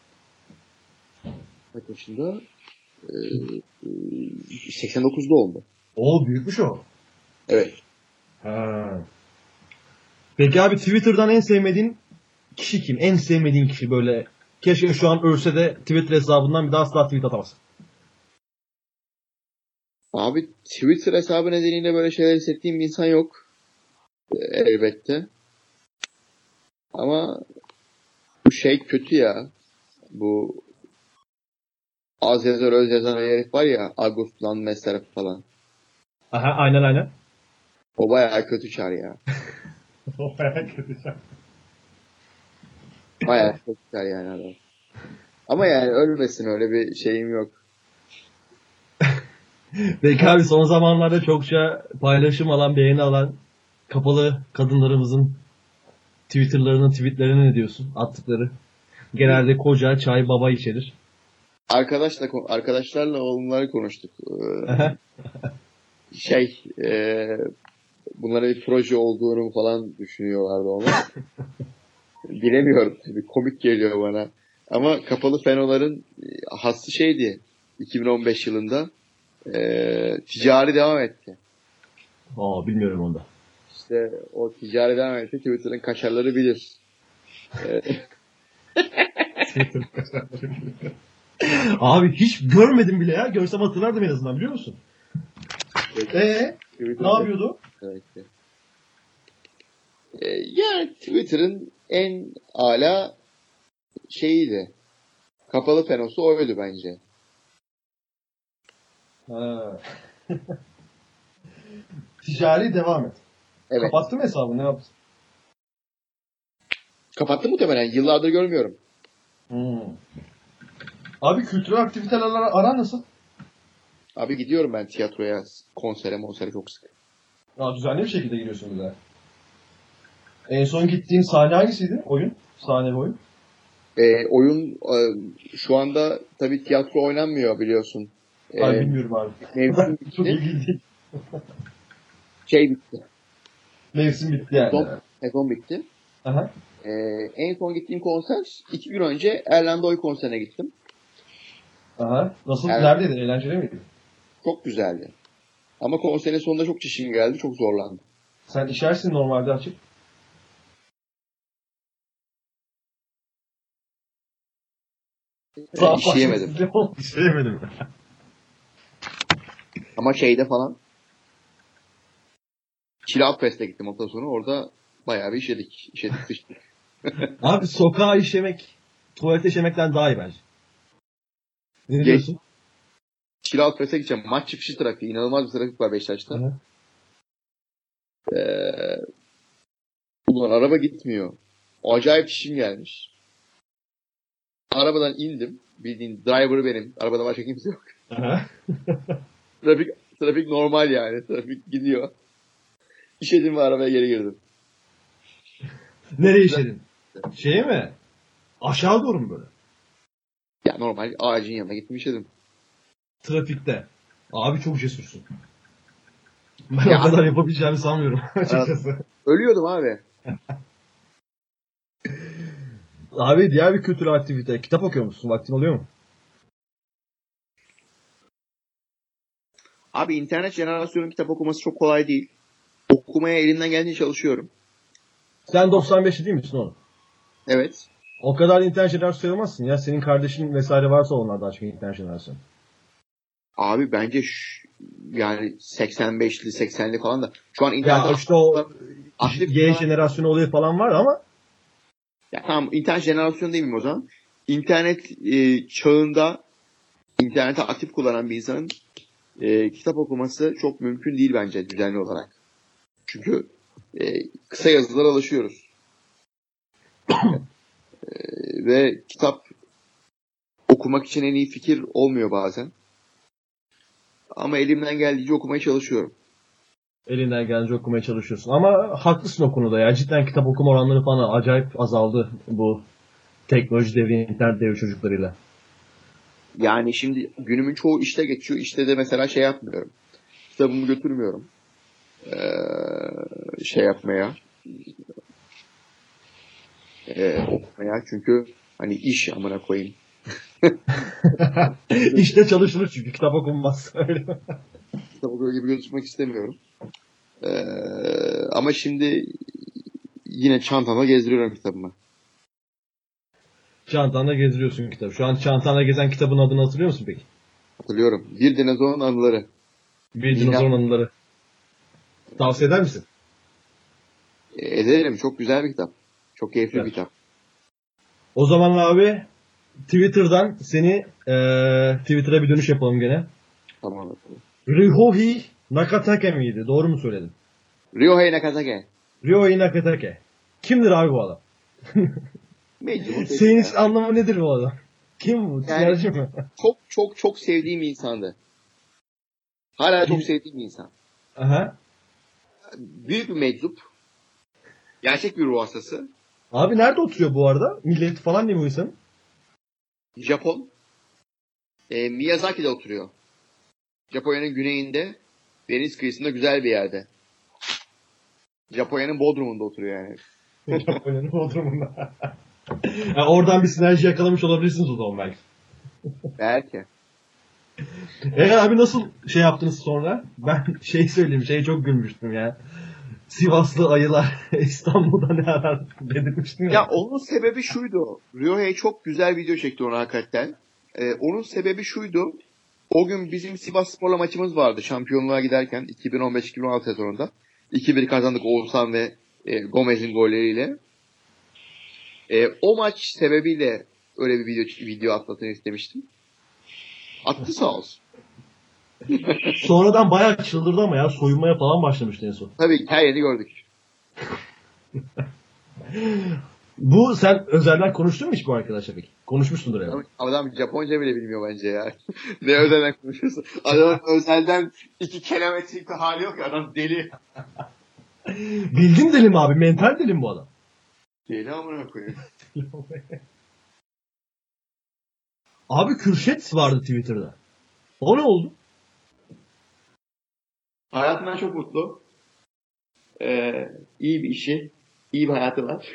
Kaç yaşında? Ee, e, seksen dokuzda oldu. Oo, büyükmüş o. Evet. Ha. Peki abi Twitter'dan en sevmediğin kişi kim? En sevmediğin kişi böyle. Keşke şu an ölse de Twitter hesabından bir daha asla tweet atamazsın. Abi Twitter hesabı nedeniyle böyle şeyler hissettiğim bir insan yok. Ee, elbette. Ama bu şey kötü ya. Bu az yazar öz yazan herif var ya. August Landmesser falan. Aha, aynen aynen. O bayağı kötü çar ya. O bayağı kötü. Bayağı kötü çar yani adam. Ama yani ölmesin, öyle bir şeyim yok. Peki abi son zamanlarda çokça paylaşım alan, beğeni alan kapalı kadınlarımızın Twitter'larının tweetlerine ne diyorsun? Attıkları. Genelde koca, çay, baba içerir. Arkadaşla arkadaşlarla onları konuştuk. Ee, şey, e, bunlara bir proje olduğunu falan düşünüyorlardı onlar. Bilemiyorum tabii, komik geliyor bana. Ama kapalı fenoların hassı şeydi. iki bin on beş yılında e, ticari devam etti. Aa, bilmiyorum onda. İşte o ticari devam etti. Twitter'ın kaşarları bilir. E, Abi hiç görmedim bile ya. Görsem hatırlardım en azından, biliyor musun? Eee? Ne yapıyordu? Evet. E, yani Twitter'ın en ala şeyiydi. Kapalı fenosu oydu bence. Ha. Ticari devam et. Evet. Kapattın mı hesabı? Ne yaptın? Kapattı muhtemelen. Yıllardır görmüyorum. Hmm. Abi kültürel aktivitelerle aran nasıl? Abi gidiyorum ben tiyatroya, konsere, monsere çok sık. Ya düzenli bir şekilde gidiyorsun bir de. En son gittiğin sahne hangisiydi? Oyun? Sahne ve oyun? E, oyun e, şu anda tabii tiyatro oynanmıyor biliyorsun. E, Ay bilmiyorum abi. Mevsim bitti. Çok ilginç değil. Şey bitti. Mevsim bitti yani. Sezon, sezon bitti. Aha. E, en son gittiğim konser iki gün önce Erlandoy konserine gittim. Aha. Nasıl? Evet. Neredeydi? Eğlenceli miydi? Çok güzeldi. Ama konserin sonunda çok çişim geldi. Çok zorlandım. Sen işersin normalde açık. E, işleyemedim. İşleyemedim. Ama şeyde falan Chill Out Fest'e gittim hafta sonu. Orada bayağı bir işedik. İşedik sıçtık. Abi sokağa işemek, tuvalete işemekten daha iyi bence. Ne Geç. diyorsun? Chill Out Fest'e gideceğim. Maç çıkışı trafiği. İnanılmaz bir trafik var Beşiktaş'ta. Ee, ulan araba gitmiyor. Acayip çişim gelmiş. Arabadan indim. Bildiğin driver benim. Arabada başka kimse yok. trafik trafik normal yani. Trafik gidiyor. İşedim ve arabaya geri girdim. Nereye işedin? Şeye mi? Aşağı doğru mu böyle? Ya normal ağacın yanına gittim işedim. Trafikte. Abi çok cesursun. Ben Ya, o kadar yapabileceğimi sanmıyorum açıkçası. Ölüyordum abi. Abi diğer bir kültürel aktivite. Kitap okuyor musun? Vaktin oluyor mu? Abi internet jenerasyonun kitap okuması çok kolay değil. Okumaya elimden geldiğince çalışıyorum. Sen doksan beşli değil misin oğlum? Evet. O kadar internet jenerasyonu sayılmazsın ya. Senin kardeşin vesaire varsa onlar daha çok internet jenerasyonu. Abi bence şu, yani seksen beşli seksenli falan da şu an internet Ya işte o aktif Y jenerasyonu oluyor falan var ama ya tamam, internet jenerasyonu değil mi o zaman? İnternet e, çağında internete aktif kullanan bir insanın e, kitap okuması çok mümkün değil bence düzenli olarak. Çünkü e, kısa yazılara alışıyoruz. e, ve kitap okumak için en iyi fikir olmuyor bazen. Ama elimden geldiğince okumaya çalışıyorum. elinden gelince okumaya çalışıyorsun. Ama haklısın o konuda ya. Cidden kitap okuma oranları falan acayip azaldı bu teknoloji devri, internet devri çocuklarıyla. Yani şimdi günümün çoğu işte geçiyor. İşte de mesela şey yapmıyorum. Kitabımı götürmüyorum. Ee, şey yapmaya. Ee, okumaya. Çünkü hani iş amına koyayım. İşte çalışılır çünkü kitap okunmaz. Kitap okuyor gibi gözükmek istemiyorum. Ee, ama şimdi yine çantama gezdiriyorum kitabımı. Çantanda gezdiriyorsun kitabı. Şu an çantanda gezen kitabın adını hatırlıyor musun peki? Hatırlıyorum. Bir Dinozorun Anıları. Bir Dinozorun Anıları. Tavsiye eder misin? E, ederim. Çok güzel bir kitap. Çok keyifli Evet. bir kitap. O zaman abi Twitter'dan seni e, Twitter'a bir dönüş yapalım gene. Tamam. Ryohei Nakatake miydi? Doğru mu söyledim? Ryohei Nakatake. Ryohei Nakatake. Kimdir abi bu adam? Senin hiç anlamı nedir bu adam? Kim bu? Tinerci mi? Çok çok çok sevdiğim insandı. Hala çok sevdiğim bir insan. Aha. Büyük bir meczup. Gerçek bir ruh hastası. Abi nerede oturuyor bu arada? Millet falan değil mi bu insan? Japon. E, Miyazaki'de oturuyor. Japonya'nın güneyinde, deniz kıyısında güzel bir yerde. Japonya'nın Bodrum'unda oturuyor yani. Japonya'nın Bodrum'unda. Yani oradan bir sinerji yakalamış olabilirsiniz o zaman belki. Belki. E abi nasıl şey yaptınız sonra? Ben şey söyleyeyim, şeye çok gülmüştüm ya. Sivaslı ayılar İstanbul'da ne arar dedirtmiştim ya. Ya onun sebebi şuydu. Ryohei çok güzel video çekti ona hakikaten. Ee, onun sebebi şuydu. O gün bizim Sivasspor'la maçımız vardı şampiyonluğa giderken iki bin on beş iki bin on altı sezonunda. iki bir kazandık Oğuzhan ve e, Gomez'in golleriyle. E, o maç sebebiyle öyle bir video video atmasını istemiştim. Attı sağ olsun. Sonradan bayağı çıldırdı ama ya, soyunmaya falan başlamıştı en son. Tabii her yeri gördük. Bu sen özelden konuştun mu hiç bu arkadaşla peki? Konuşmuşsundur yani. Adam Japonca bile bilmiyor bence ya. Ne özelden konuşuyorsun? Adamın özelden iki kilometrelik bir hali yok ya. Adam deli. Bildim deli mi abi? Mental deli mi bu adam? Deli amına koyayım. Abi Kürşet vardı Twitter'da. O ne oldu? Hayatından çok mutlu. Ee, iyi bir işi, iyi bir hayatı var.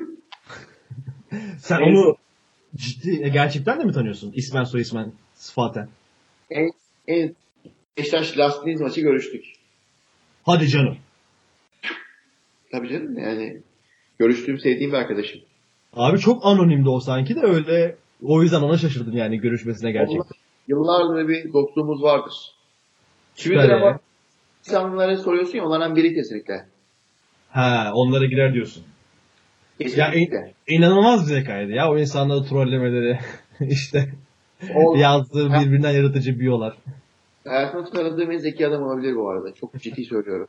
Sen Evet. onu ciddi, e, gerçekten de mi tanıyorsun? İsmen soy ismen sıfaten. En, en Beşiktaş Last maçı görüştük. Hadi canım. Tabii canım yani görüştüğüm sevdiğim bir arkadaşım. Abi çok anonimdi o sanki de öyle. O yüzden ona şaşırdım yani görüşmesine gerçekten. Yıllardır bir dostluğumuz vardır. Süper Twitter'a ya. bak, insanlara soruyorsun ya onlardan biri kesinlikle. Ha, onlara girer diyorsun. Kesinlikle. Ya inanılmaz bir zekaydı ya o insanları trollemeleri. işte O, yazdığı birbirinden yaratıcı biyolar. hayatımda tanıdığım en zeki adam olabilir bu arada. Çok ciddi söylüyorum.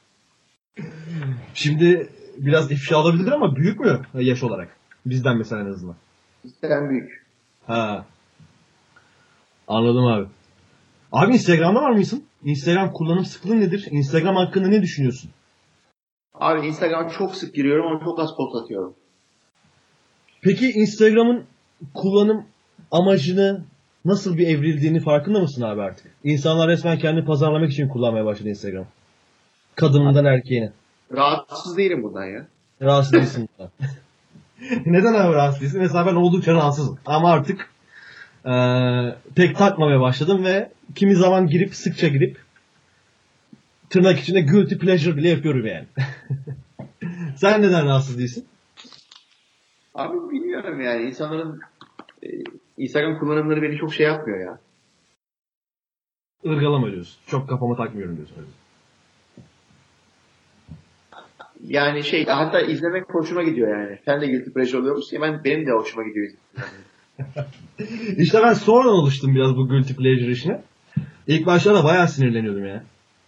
Şimdi biraz ifşa olabilir ama büyük mü yaş olarak? Bizden mesela en azından. Bizden büyük. Ha. Anladım abi. Abi Instagram'da var mısın? Instagram kullanım sıklığı nedir? Instagram hakkında ne düşünüyorsun? Abi Instagram'a çok sık giriyorum ama çok az post atıyorum. Peki Instagram'ın kullanım amacını nasıl bir evrildiğini farkında mısın abi artık? İnsanlar resmen kendini pazarlamak için kullanmaya başladı Instagram. Kadınından erkeğine. Rahatsız değilim bundan ya. Rahatsız değilsin bundan. Neden abi rahatsız değilsin? Mesela ben oldukça rahatsızım. Ama artık ee, pek takmamaya başladım ve kimi zaman girip sıkça girip tırnak içinde guilty pleasure bile yapıyorum yani. Sen neden rahatsız değilsin? Abi bilmiyorum yani insanların e, Instagram kullanımları beni çok şey yapmıyor ya. Irgalama diyorsun. Çok kafama takmıyorum diyorsun. Yani şey hatta izlemek hoşuma gidiyor yani. Sen de guilty pleasure oluyor musun? Ben, benim de hoşuma gidiyor. İşte ben sonradan alıştım biraz bu guilty pleasure işine. İlk başlarda bayağı sinirleniyordum ya.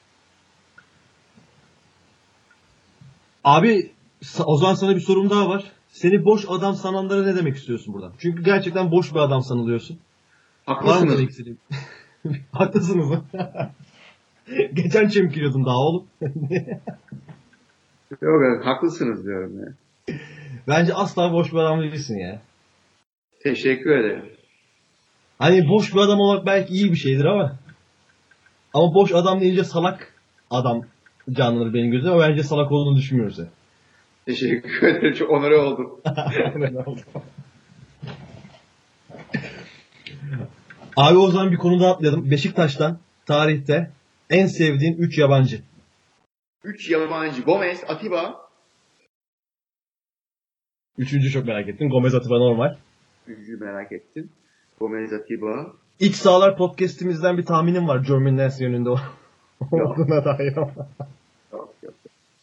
Abi o zaman sana bir sorum daha var. Seni boş adam sananlara ne demek istiyorsun buradan? Çünkü gerçekten boş bir adam sanılıyorsun. Haklısınız. Haklısınız. Geçen çemkiriyordun daha oğlum. Yok evet, haklısınız diyorum ya. Bence asla boş bir adam değilsin ya. Teşekkür ederim. Hani boş bir adam olmak belki iyi bir şeydir ama ama boş adam deyince salak adam canlanır benim gözüme. O bence salak olduğunu düşünmüyorsa. Teşekkür ederim. Çok onore oldum. Abi o zaman bir konu daha atlayalım. Beşiktaş'tan tarihte en sevdiğin üç yabancı. üç yabancı. Gomez, Atiba. Üçüncü çok merak ettim. Gomez, Atiba normal. Üçüncü merak ettin. Gomez, Atiba. İç Sahalar podcast'imizden bir tahminim var. Jermaine Nance yönünde olduğuna dair ama. Yok, yok.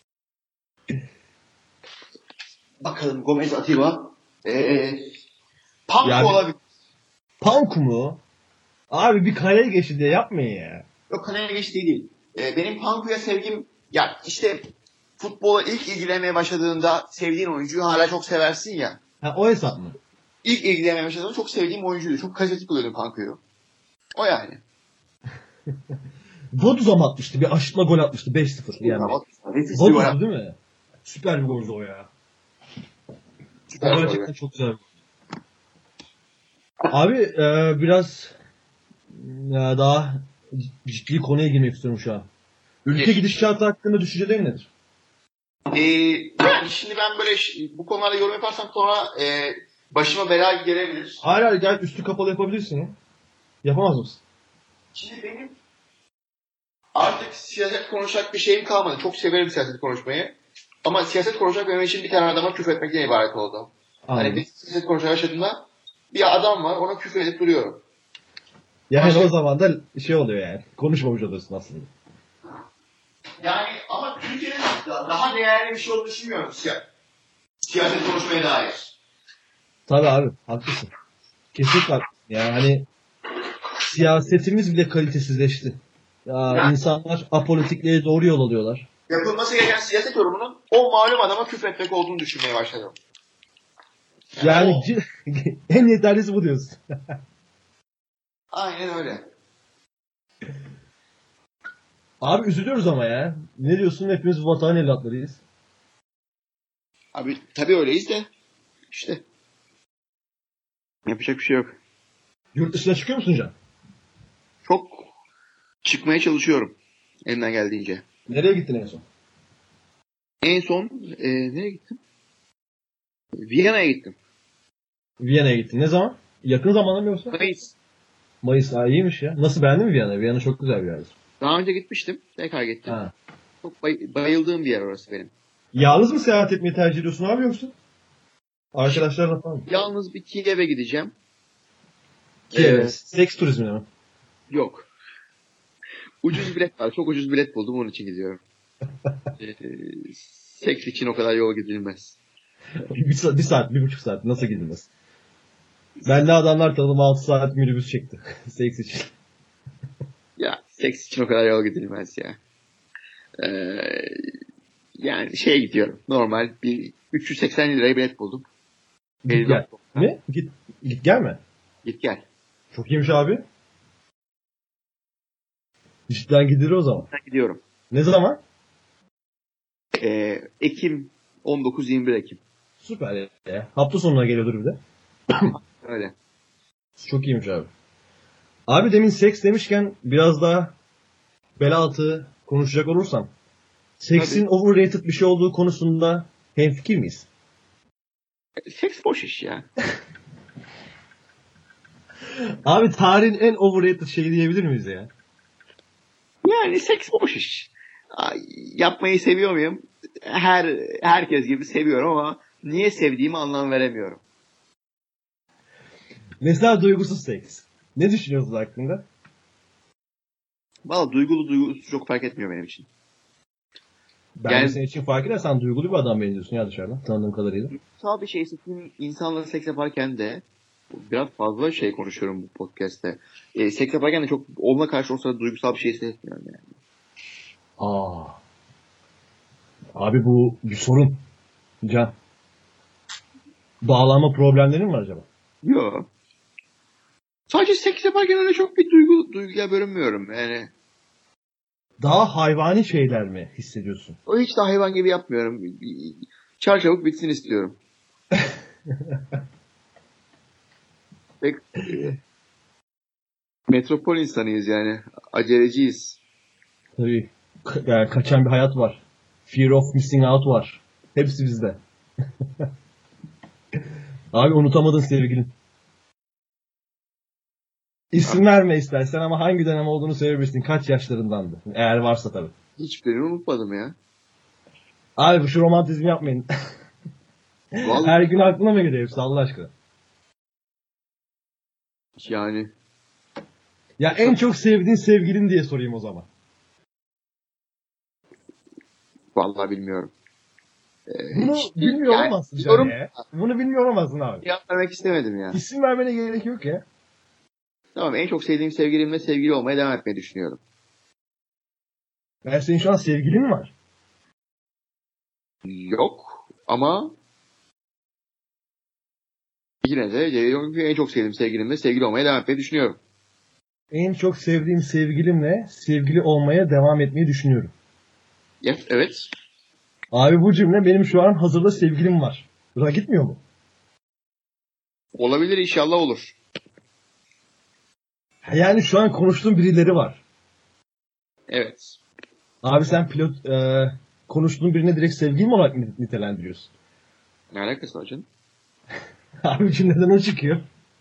Bakalım Gomez, Atiba. Eee Panko Yani, olabilir. Panko mu? Abi bir kaleye geçti diye yapmayın ya. Yok kaleye geçtiği değil. Ee, benim Panko'ya sevgim ya işte futbola ilk ilgilenmeye başladığında sevdiğin oyuncuyu hala çok seversin ya. Ha, o hesap mı? İlk ilgilenmeye başladığımda çok sevdiğim oyuncuydu. Çok karizmatik buluyordum Panko'yu. O yani. Boduz'a atmıştı? Bir aşırtma gol atmıştı. beş sıfır. Yani. Boduz'du değil mi? Süper bir goldü o ya. Süper Gerçekten çok güzel. Abi e, biraz e, daha ciddi konuya girmek istiyorum şu an. Ülke Geç. gidişatı hakkında düşüncelerin nedir? Ee, yani şimdi ben böyle ş- bu konularda yorum yaparsam sonra e, başıma bela gelebilir. Hala gel üstü kapalı yapabilirsin ya. Yapamaz mısın? Şimdi benim artık siyaset konuşacak bir şeyim kalmadı. Çok severim siyaset konuşmayı. Ama siyaset konuşmak benim için bir tane adama küfür etmekten ibaret oldu. Hani Anladım. bir siyaset konuşmaya başladığımda bir adam var, ona küfür edip duruyorum. Yani Başka- o zaman da şey oluyor yani. Konuşmamış oluyorsun aslında. Yani ama Türkiye'de daha değerli bir şey olduğunu düşünmüyorum siya- siyaset konuşmaya dair. Tabii abi haklısın. Kesinlikle haklısın. Yani hani siyasetimiz bile kalitesizleşti. Ya Ya. insanlar apolitikliğe doğru yol alıyorlar. Yapılması gereken siyaset yorumunun o malum adama küfür etmek olduğunu düşünmeye başladım. Yani o- c- en yeterlisi bu diyorsun. Aynen öyle. Abi üzülüyoruz ama ya. Ne diyorsun? Hepimiz vatan evlatlarıyız. Abi tabii öyleyiz de işte yapacak bir şey yok. Yurt dışına çıkıyor musun Can? Çok çıkmaya çalışıyorum elimden geldiğince. Nereye gittin en son? En son e, nereye gittim? Viyana'ya gittim. Viyana'ya gittin. Ne zaman? Yakın zamanda mı yoksa? Mayıs. Mayıs. Aa, iyiymiş ya. Nasıl, beğendin mi Viyana? Viyana çok güzel bir yer. Daha önce gitmiştim. Tekrar gittim. Ha. Çok bay- bayıldığım bir yer orası benim. Yalnız mı seyahat etmeyi tercih ediyorsun abi yoksa? Arkadaşlarla falan mı? Yalnız bir Kiev'e gideceğim. Kiev'e. Ee, Seks turizmine mi? Yok. Ucuz bilet var. Çok ucuz bilet buldum. Onun için gidiyorum. ee, seks için o kadar yol gidilmez. bir, saat, bir saat, bir buçuk saat. Nasıl gidilmez? Ben de adamlar tanıdım altı saat minibüs çekti. Seks için. Ya seks için o kadar yol gidilmez ya. Ee, yani şeye gidiyorum. Normal bir üç yüz seksen liraya bilet buldum. Git gel. Ne? Git, git gelme. Git gel. Çok iyiymiş abi. Cidden gidilir o zaman. Ben gidiyorum. Ne zaman? Ee, Ekim on dokuz yirmi bir Ekim. Süper ya. Hafta sonuna geliyordur bir de. Öyle. Çok iyiymiş abi. Abi demin seks demişken biraz daha bel altı konuşacak olursam. Seksin overrated bir şey olduğu konusunda hemfikir miyiz? Seks boş iş ya. Abi tarihin en overrated şeyi diyebilir miyiz ya? Yani seks boş iş. Ay, yapmayı seviyor muyum? Her herkes gibi seviyorum ama niye sevdiğimi anlam veremiyorum. Mesela duygusuz seks. Ne düşünüyorsunuz hakkında? Valla duygulu duygusuz çok fark etmiyor benim için. Bence Yani- senin için fark eder. Sen duygulu bir adam benziyorsun ya dışarıdan. Tanıdığım kadarıyla. Sağ bir şey seçtiğim insanla seks yaparken de biraz fazla şey konuşuyorum bu podcast'te. E, seks yaparken de çok onunla karşı o sırada duygusal bir şey hissetmiyorum yani. Aa. Abi bu bir sorun. Can. Bağlanma problemlerin mi var acaba? Yok. Sadece seks yaparken öyle çok bir duygu duyguya bölünmüyorum yani. Daha hayvani şeyler mi hissediyorsun? O hiç de hayvan gibi yapmıyorum. Çarçabuk bitsin istiyorum. Pek e, metropol insanıyız yani. Aceleciyiz. Tabii. Ka- yani kaçan bir hayat var. Fear of missing out var. Hepsi bizde. Abi unutamadın sevgilin. İsim verme istersen ama hangi dönem olduğunu söyleyebilirsin. Kaç yaşlarındandı? Eğer varsa tabii. Hiçbirini unutmadım ya. Abi şu romantizmi yapmayın. Vallahi Her gün aklına mı geliyor hepsi Allah aşkına? yani Ya en çok sevdiğin sevgilin diye sorayım o zaman. vallahi bilmiyorum. Ee, Bunu hiç- bilmiyor yani olamazsın biliyorum. Can ya. Bunu bilmiyor olamazsın abi. Cevap vermek istemedim ya. İsim vermene gerek yok ya. Tamam, en çok sevdiğim sevgilimle sevgili olmaya devam etmeyi düşünüyorum. Ben senin şu an sevgilin mi var? Yok ama yine de en çok sevdiğim sevgilimle sevgili olmaya devam etmeyi düşünüyorum. En çok sevdiğim sevgilimle sevgili olmaya devam etmeyi düşünüyorum. Yes, evet. Abi bu cümle benim şu an hazırda sevgilim var. Buna gitmiyor mu? Olabilir, inşallah olur. Yani şu an konuştuğun birileri var. Evet. Abi sen pilot e, konuştuğun birine direkt sevgili mi olarak nitelendiriyorsun? Ne alakası var canım? Abi cümleden o çıkıyor.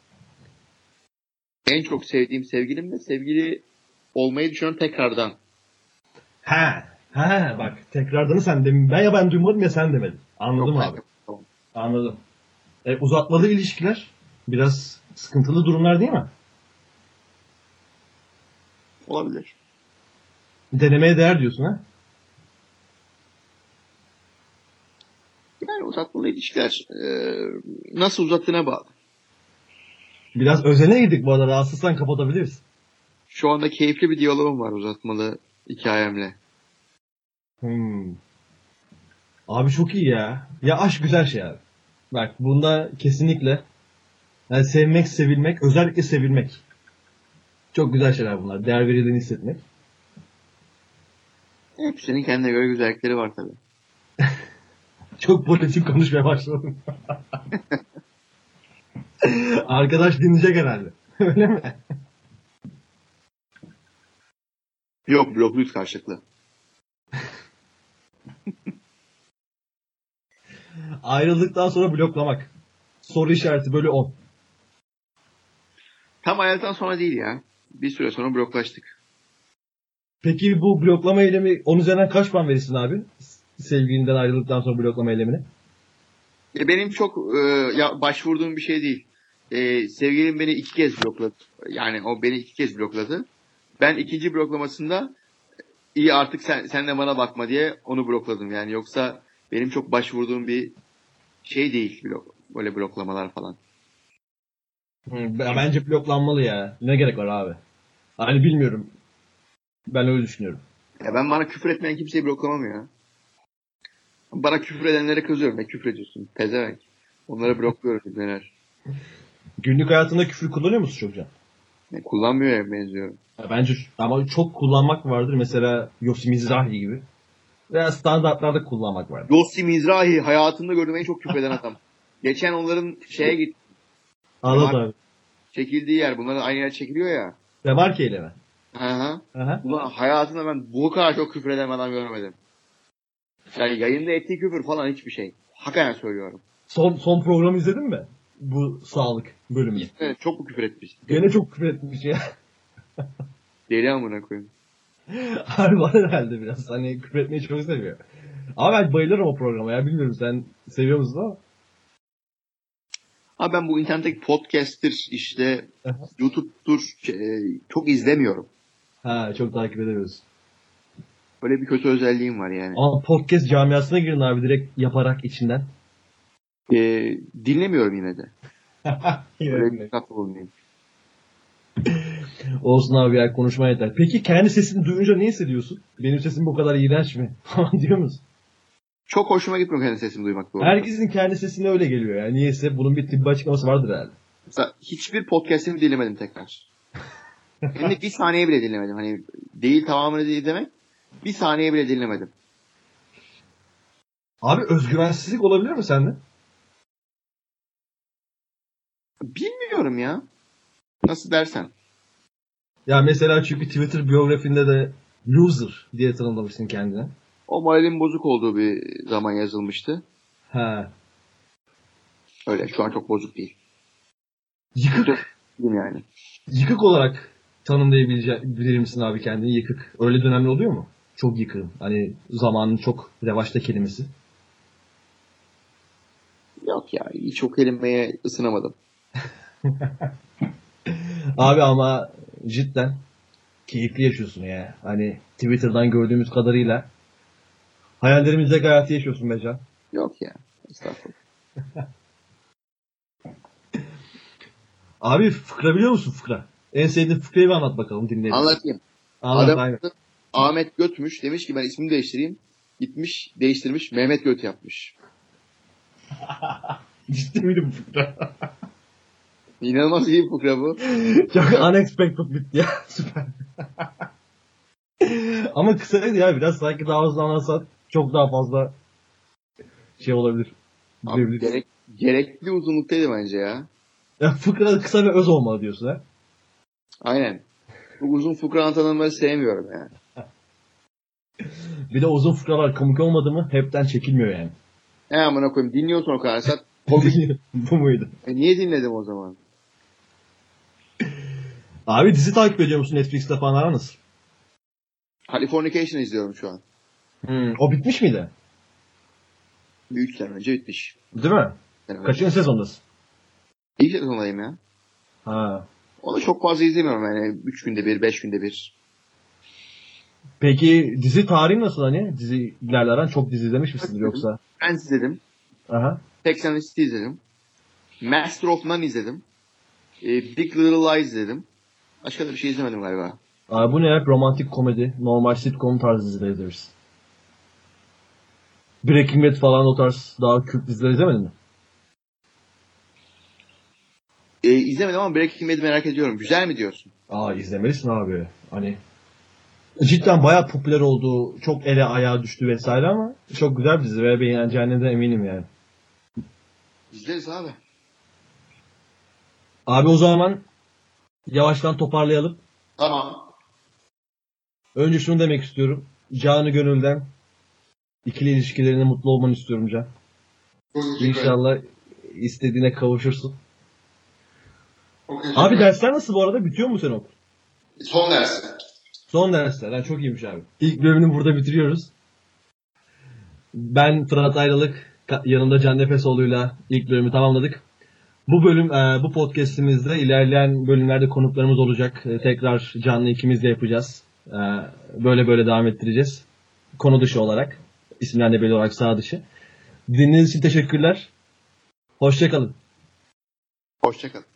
En çok sevdiğim sevgilimle sevgili olmayı düşünüyorum tekrardan. Ha, ha bak tekrardanı sen demin. Ben ya ben duymadım ya sen demedin. Anladım Yok, abi. tamam. Anladım. E, uzatmalı ilişkiler biraz sıkıntılı durumlar değil mi? Olabilir. Denemeye değer diyorsun ha? Yani uzatmalı ilişkiler e, nasıl uzattığına bağlı. Biraz özene girdik bu arada. Rahatsızsan kapatabiliriz. Şu anda keyifli bir diyalogum var uzatmalı hikayemle. Hmm. Abi çok iyi ya. Ya aşk güzel şey abi. Bak bunda kesinlikle yani sevmek, sevilmek, özellikle sevilmek. Çok güzel şeyler bunlar. Değer verildiğini hissetmek. Hepsinin kendine göre güzellikleri var tabii. Çok politik konuşmaya başladım. Arkadaş dinleyecek herhalde. Öyle mi? Yok, blokluyuz karşılıklı. Ayrıldıktan sonra bloklamak. Soru işareti bölü on. Tam ayrıldıktan sonra değil ya. Bir süre sonra bloklaştık. Peki bu bloklama eylemi on üzerinden kaç puan verirsin abi? Sevgilinden ayrıldıktan sonra bloklama eylemine. E benim çok e, ya başvurduğum bir şey değil. E, sevgilim beni iki kez blokladı. Yani o beni iki kez blokladı. Ben ikinci bloklamasında iyi artık sen, sen de bana bakma diye onu blokladım. Yani yoksa benim çok başvurduğum bir şey değil. Blok, böyle bloklamalar falan. Hmm, bence bloklanmalı ya. Ne gerek var abi? Hani bilmiyorum. Ben öyle düşünüyorum. Ya ben bana küfür etmeyen kimseyi bloklamam ya. Bana küfür edenlere kızıyorum. Ne küfür ediyorsun? Pezevenk. Onları blokluyorum. Neler. Günlük hayatında küfür kullanıyor musun çokça? Yani kullanmıyor ya benziyorum. Ya bence ama çok kullanmak vardır. Mesela Yossi Mizrahi gibi. Veya standartlarda kullanmak vardır. Yossi Mizrahi hayatımda gördüğüm en çok küfreden adam. Geçen onların şeye git. Anlat abi. Çekildiği yer. Bunların aynı yer çekiliyor ya. Demarke ile mi? Hı hı. Aha. Ulan hayatımda ben bu kadar çok küfür eden adam görmedim. Yani yayında ettiği küfür falan hiçbir şey. Hakikaten söylüyorum. Son, son programı izledin mi? Bu sağlık bölümünü. Evet, çok mu küfür etmiş? Gene çok küfür etmiş ya. Deli amına koyayım. Harbi var herhalde biraz. Hani küfür etmeyi çok seviyor. Ama ben bayılırım o programa ya. Bilmiyorum sen seviyor musun ama. Abi ben bu internetteki podcast'tir işte YouTube'dur şey, çok izlemiyorum. Ha çok takip edemiyorsun. Böyle bir kötü özelliğim var yani. Ama podcast camiasına girin abi direkt yaparak içinden. Ee, dinlemiyorum yine de. Böyle bir katkı bulunayım. Olsun abi ya konuşma yeter. Peki kendi sesini duyunca ne hissediyorsun? Benim sesim bu kadar iğrenç mi? Falan diyor musun? Çok hoşuma gitmiyor kendi sesimi duymak doğru. Herkesin kendi sesine öyle geliyor yani. Niyeyse bunun bir tıbbi açıklaması vardır herhalde. Mesela hiçbir podcast'ini dinlemedim tekrar. Hem de bir saniye bile dinlemedim. Hani değil tamamını değil demek. Bir saniye bile dinlemedim. Abi özgüvensizlik olabilir mi sende? Bilmiyorum ya. Nasıl dersen. Ya mesela çünkü Twitter biyografinde de loser diye tanımlamışsın kendine. O moralin bozuk olduğu bir zaman yazılmıştı. Ha. Öyle şu an çok bozuk değil. Yıkık. Yani. Yıkık olarak tanımlayabilir misin abi kendini yıkık? Öyle dönemler oluyor mu? Çok yıkığım. Hani zamanın çok revaçta kelimesi. Yok ya hiç o kelimeye ısınamadım. Abi ama cidden keyifli yaşıyorsun ya. Hani Twitter'dan gördüğümüz kadarıyla hayallerimizdeki hayatı yaşıyorsun be Can. Yok ya. Estağfurullah. Abi fıkra biliyor musun fıkra? En sevdiğin fıkrayı bir anlat bakalım dinleyelim. Anlatayım. Anlat, Adam aynen. Ahmet Götmüş demiş ki ben ismimi değiştireyim. Gitmiş değiştirmiş Mehmet Göt yapmış. Ciddi miydi bu fıkra? İnanılmaz iyi bir fıkra bu. Çok unexpected bitti ya. Süper. Ama kısaydı ya biraz sanki daha hızlı anlatsan çok daha fazla şey olabilir. Abi, gerek, gerekli uzunluktaydı bence ya. Ya fıkra kısa ve öz olmalı diyorsun ha? Aynen. Bu uzun fıkra anlatanları sevmiyorum yani. Bir de uzun fıkralar komik olmadı mı hepten çekilmiyor yani. Ne amına koyayım, dinliyorsun o kadar saat. Komik. Bu muydu? E niye dinledim o zaman? Abi dizi takip ediyor musun Netflix'te falan, ara nasıl? Californication izliyorum şu an. Hmm, o bitmiş miydi? üç sene önce bitmiş. Değil mi? Yani Kaçıncı sezondasın? İlk sezondayım ya. Ha. Onu çok fazla izlemiyorum yani. üç günde bir, beş günde bir. Peki dizi tarihi nasıl hani? Dizilerle aran çok dizi izlemiş misindir yoksa? Ben izledim. Aha. sekseni izledim. Master of None izledim. E, Big Little Lies izledim. Başka da bir şey izlemedim galiba. Abi bu ne hep romantik komedi, normal sitcom tarzı diziler izleriz. Breaking Bad falan o tarz daha kült diziler izlemedin mi? E, izlemedim ama Breaking Bad'i merak ediyorum. Güzel mi diyorsun? Aa izlemelisin abi. Hani cidden bayağı popüler oldu. Çok ele ayağa düştü vesaire ama çok güzel bir dizi ve beğeneceğine de eminim yani. İzleriz abi. Abi o zaman yavaştan toparlayalım. Tamam. Önce şunu demek istiyorum. Canı gönülden ikili ilişkilerine mutlu olmanı istiyorum Can. İnşallah istediğine kavuşursun. Abi dersler nasıl bu arada? Bitiyor mu senin okul? Son dersi. Son dersler. Ha, çok iyiymiş abi. İlk bölümünü burada bitiriyoruz. Ben Fırat Ayrılık, yanımda Can Nefesoğlu'yla ilk bölümü tamamladık. Bu bölüm, e, bu podcastimizde ilerleyen bölümlerde konuklarımız olacak. E, tekrar canlı ikimiz de yapacağız. E, böyle böyle devam ettireceğiz. Konu dışı olarak. İsimlerle belli olarak sağ dışı. Dinlediğiniz için teşekkürler. Hoşça kalın. Hoşça kalın.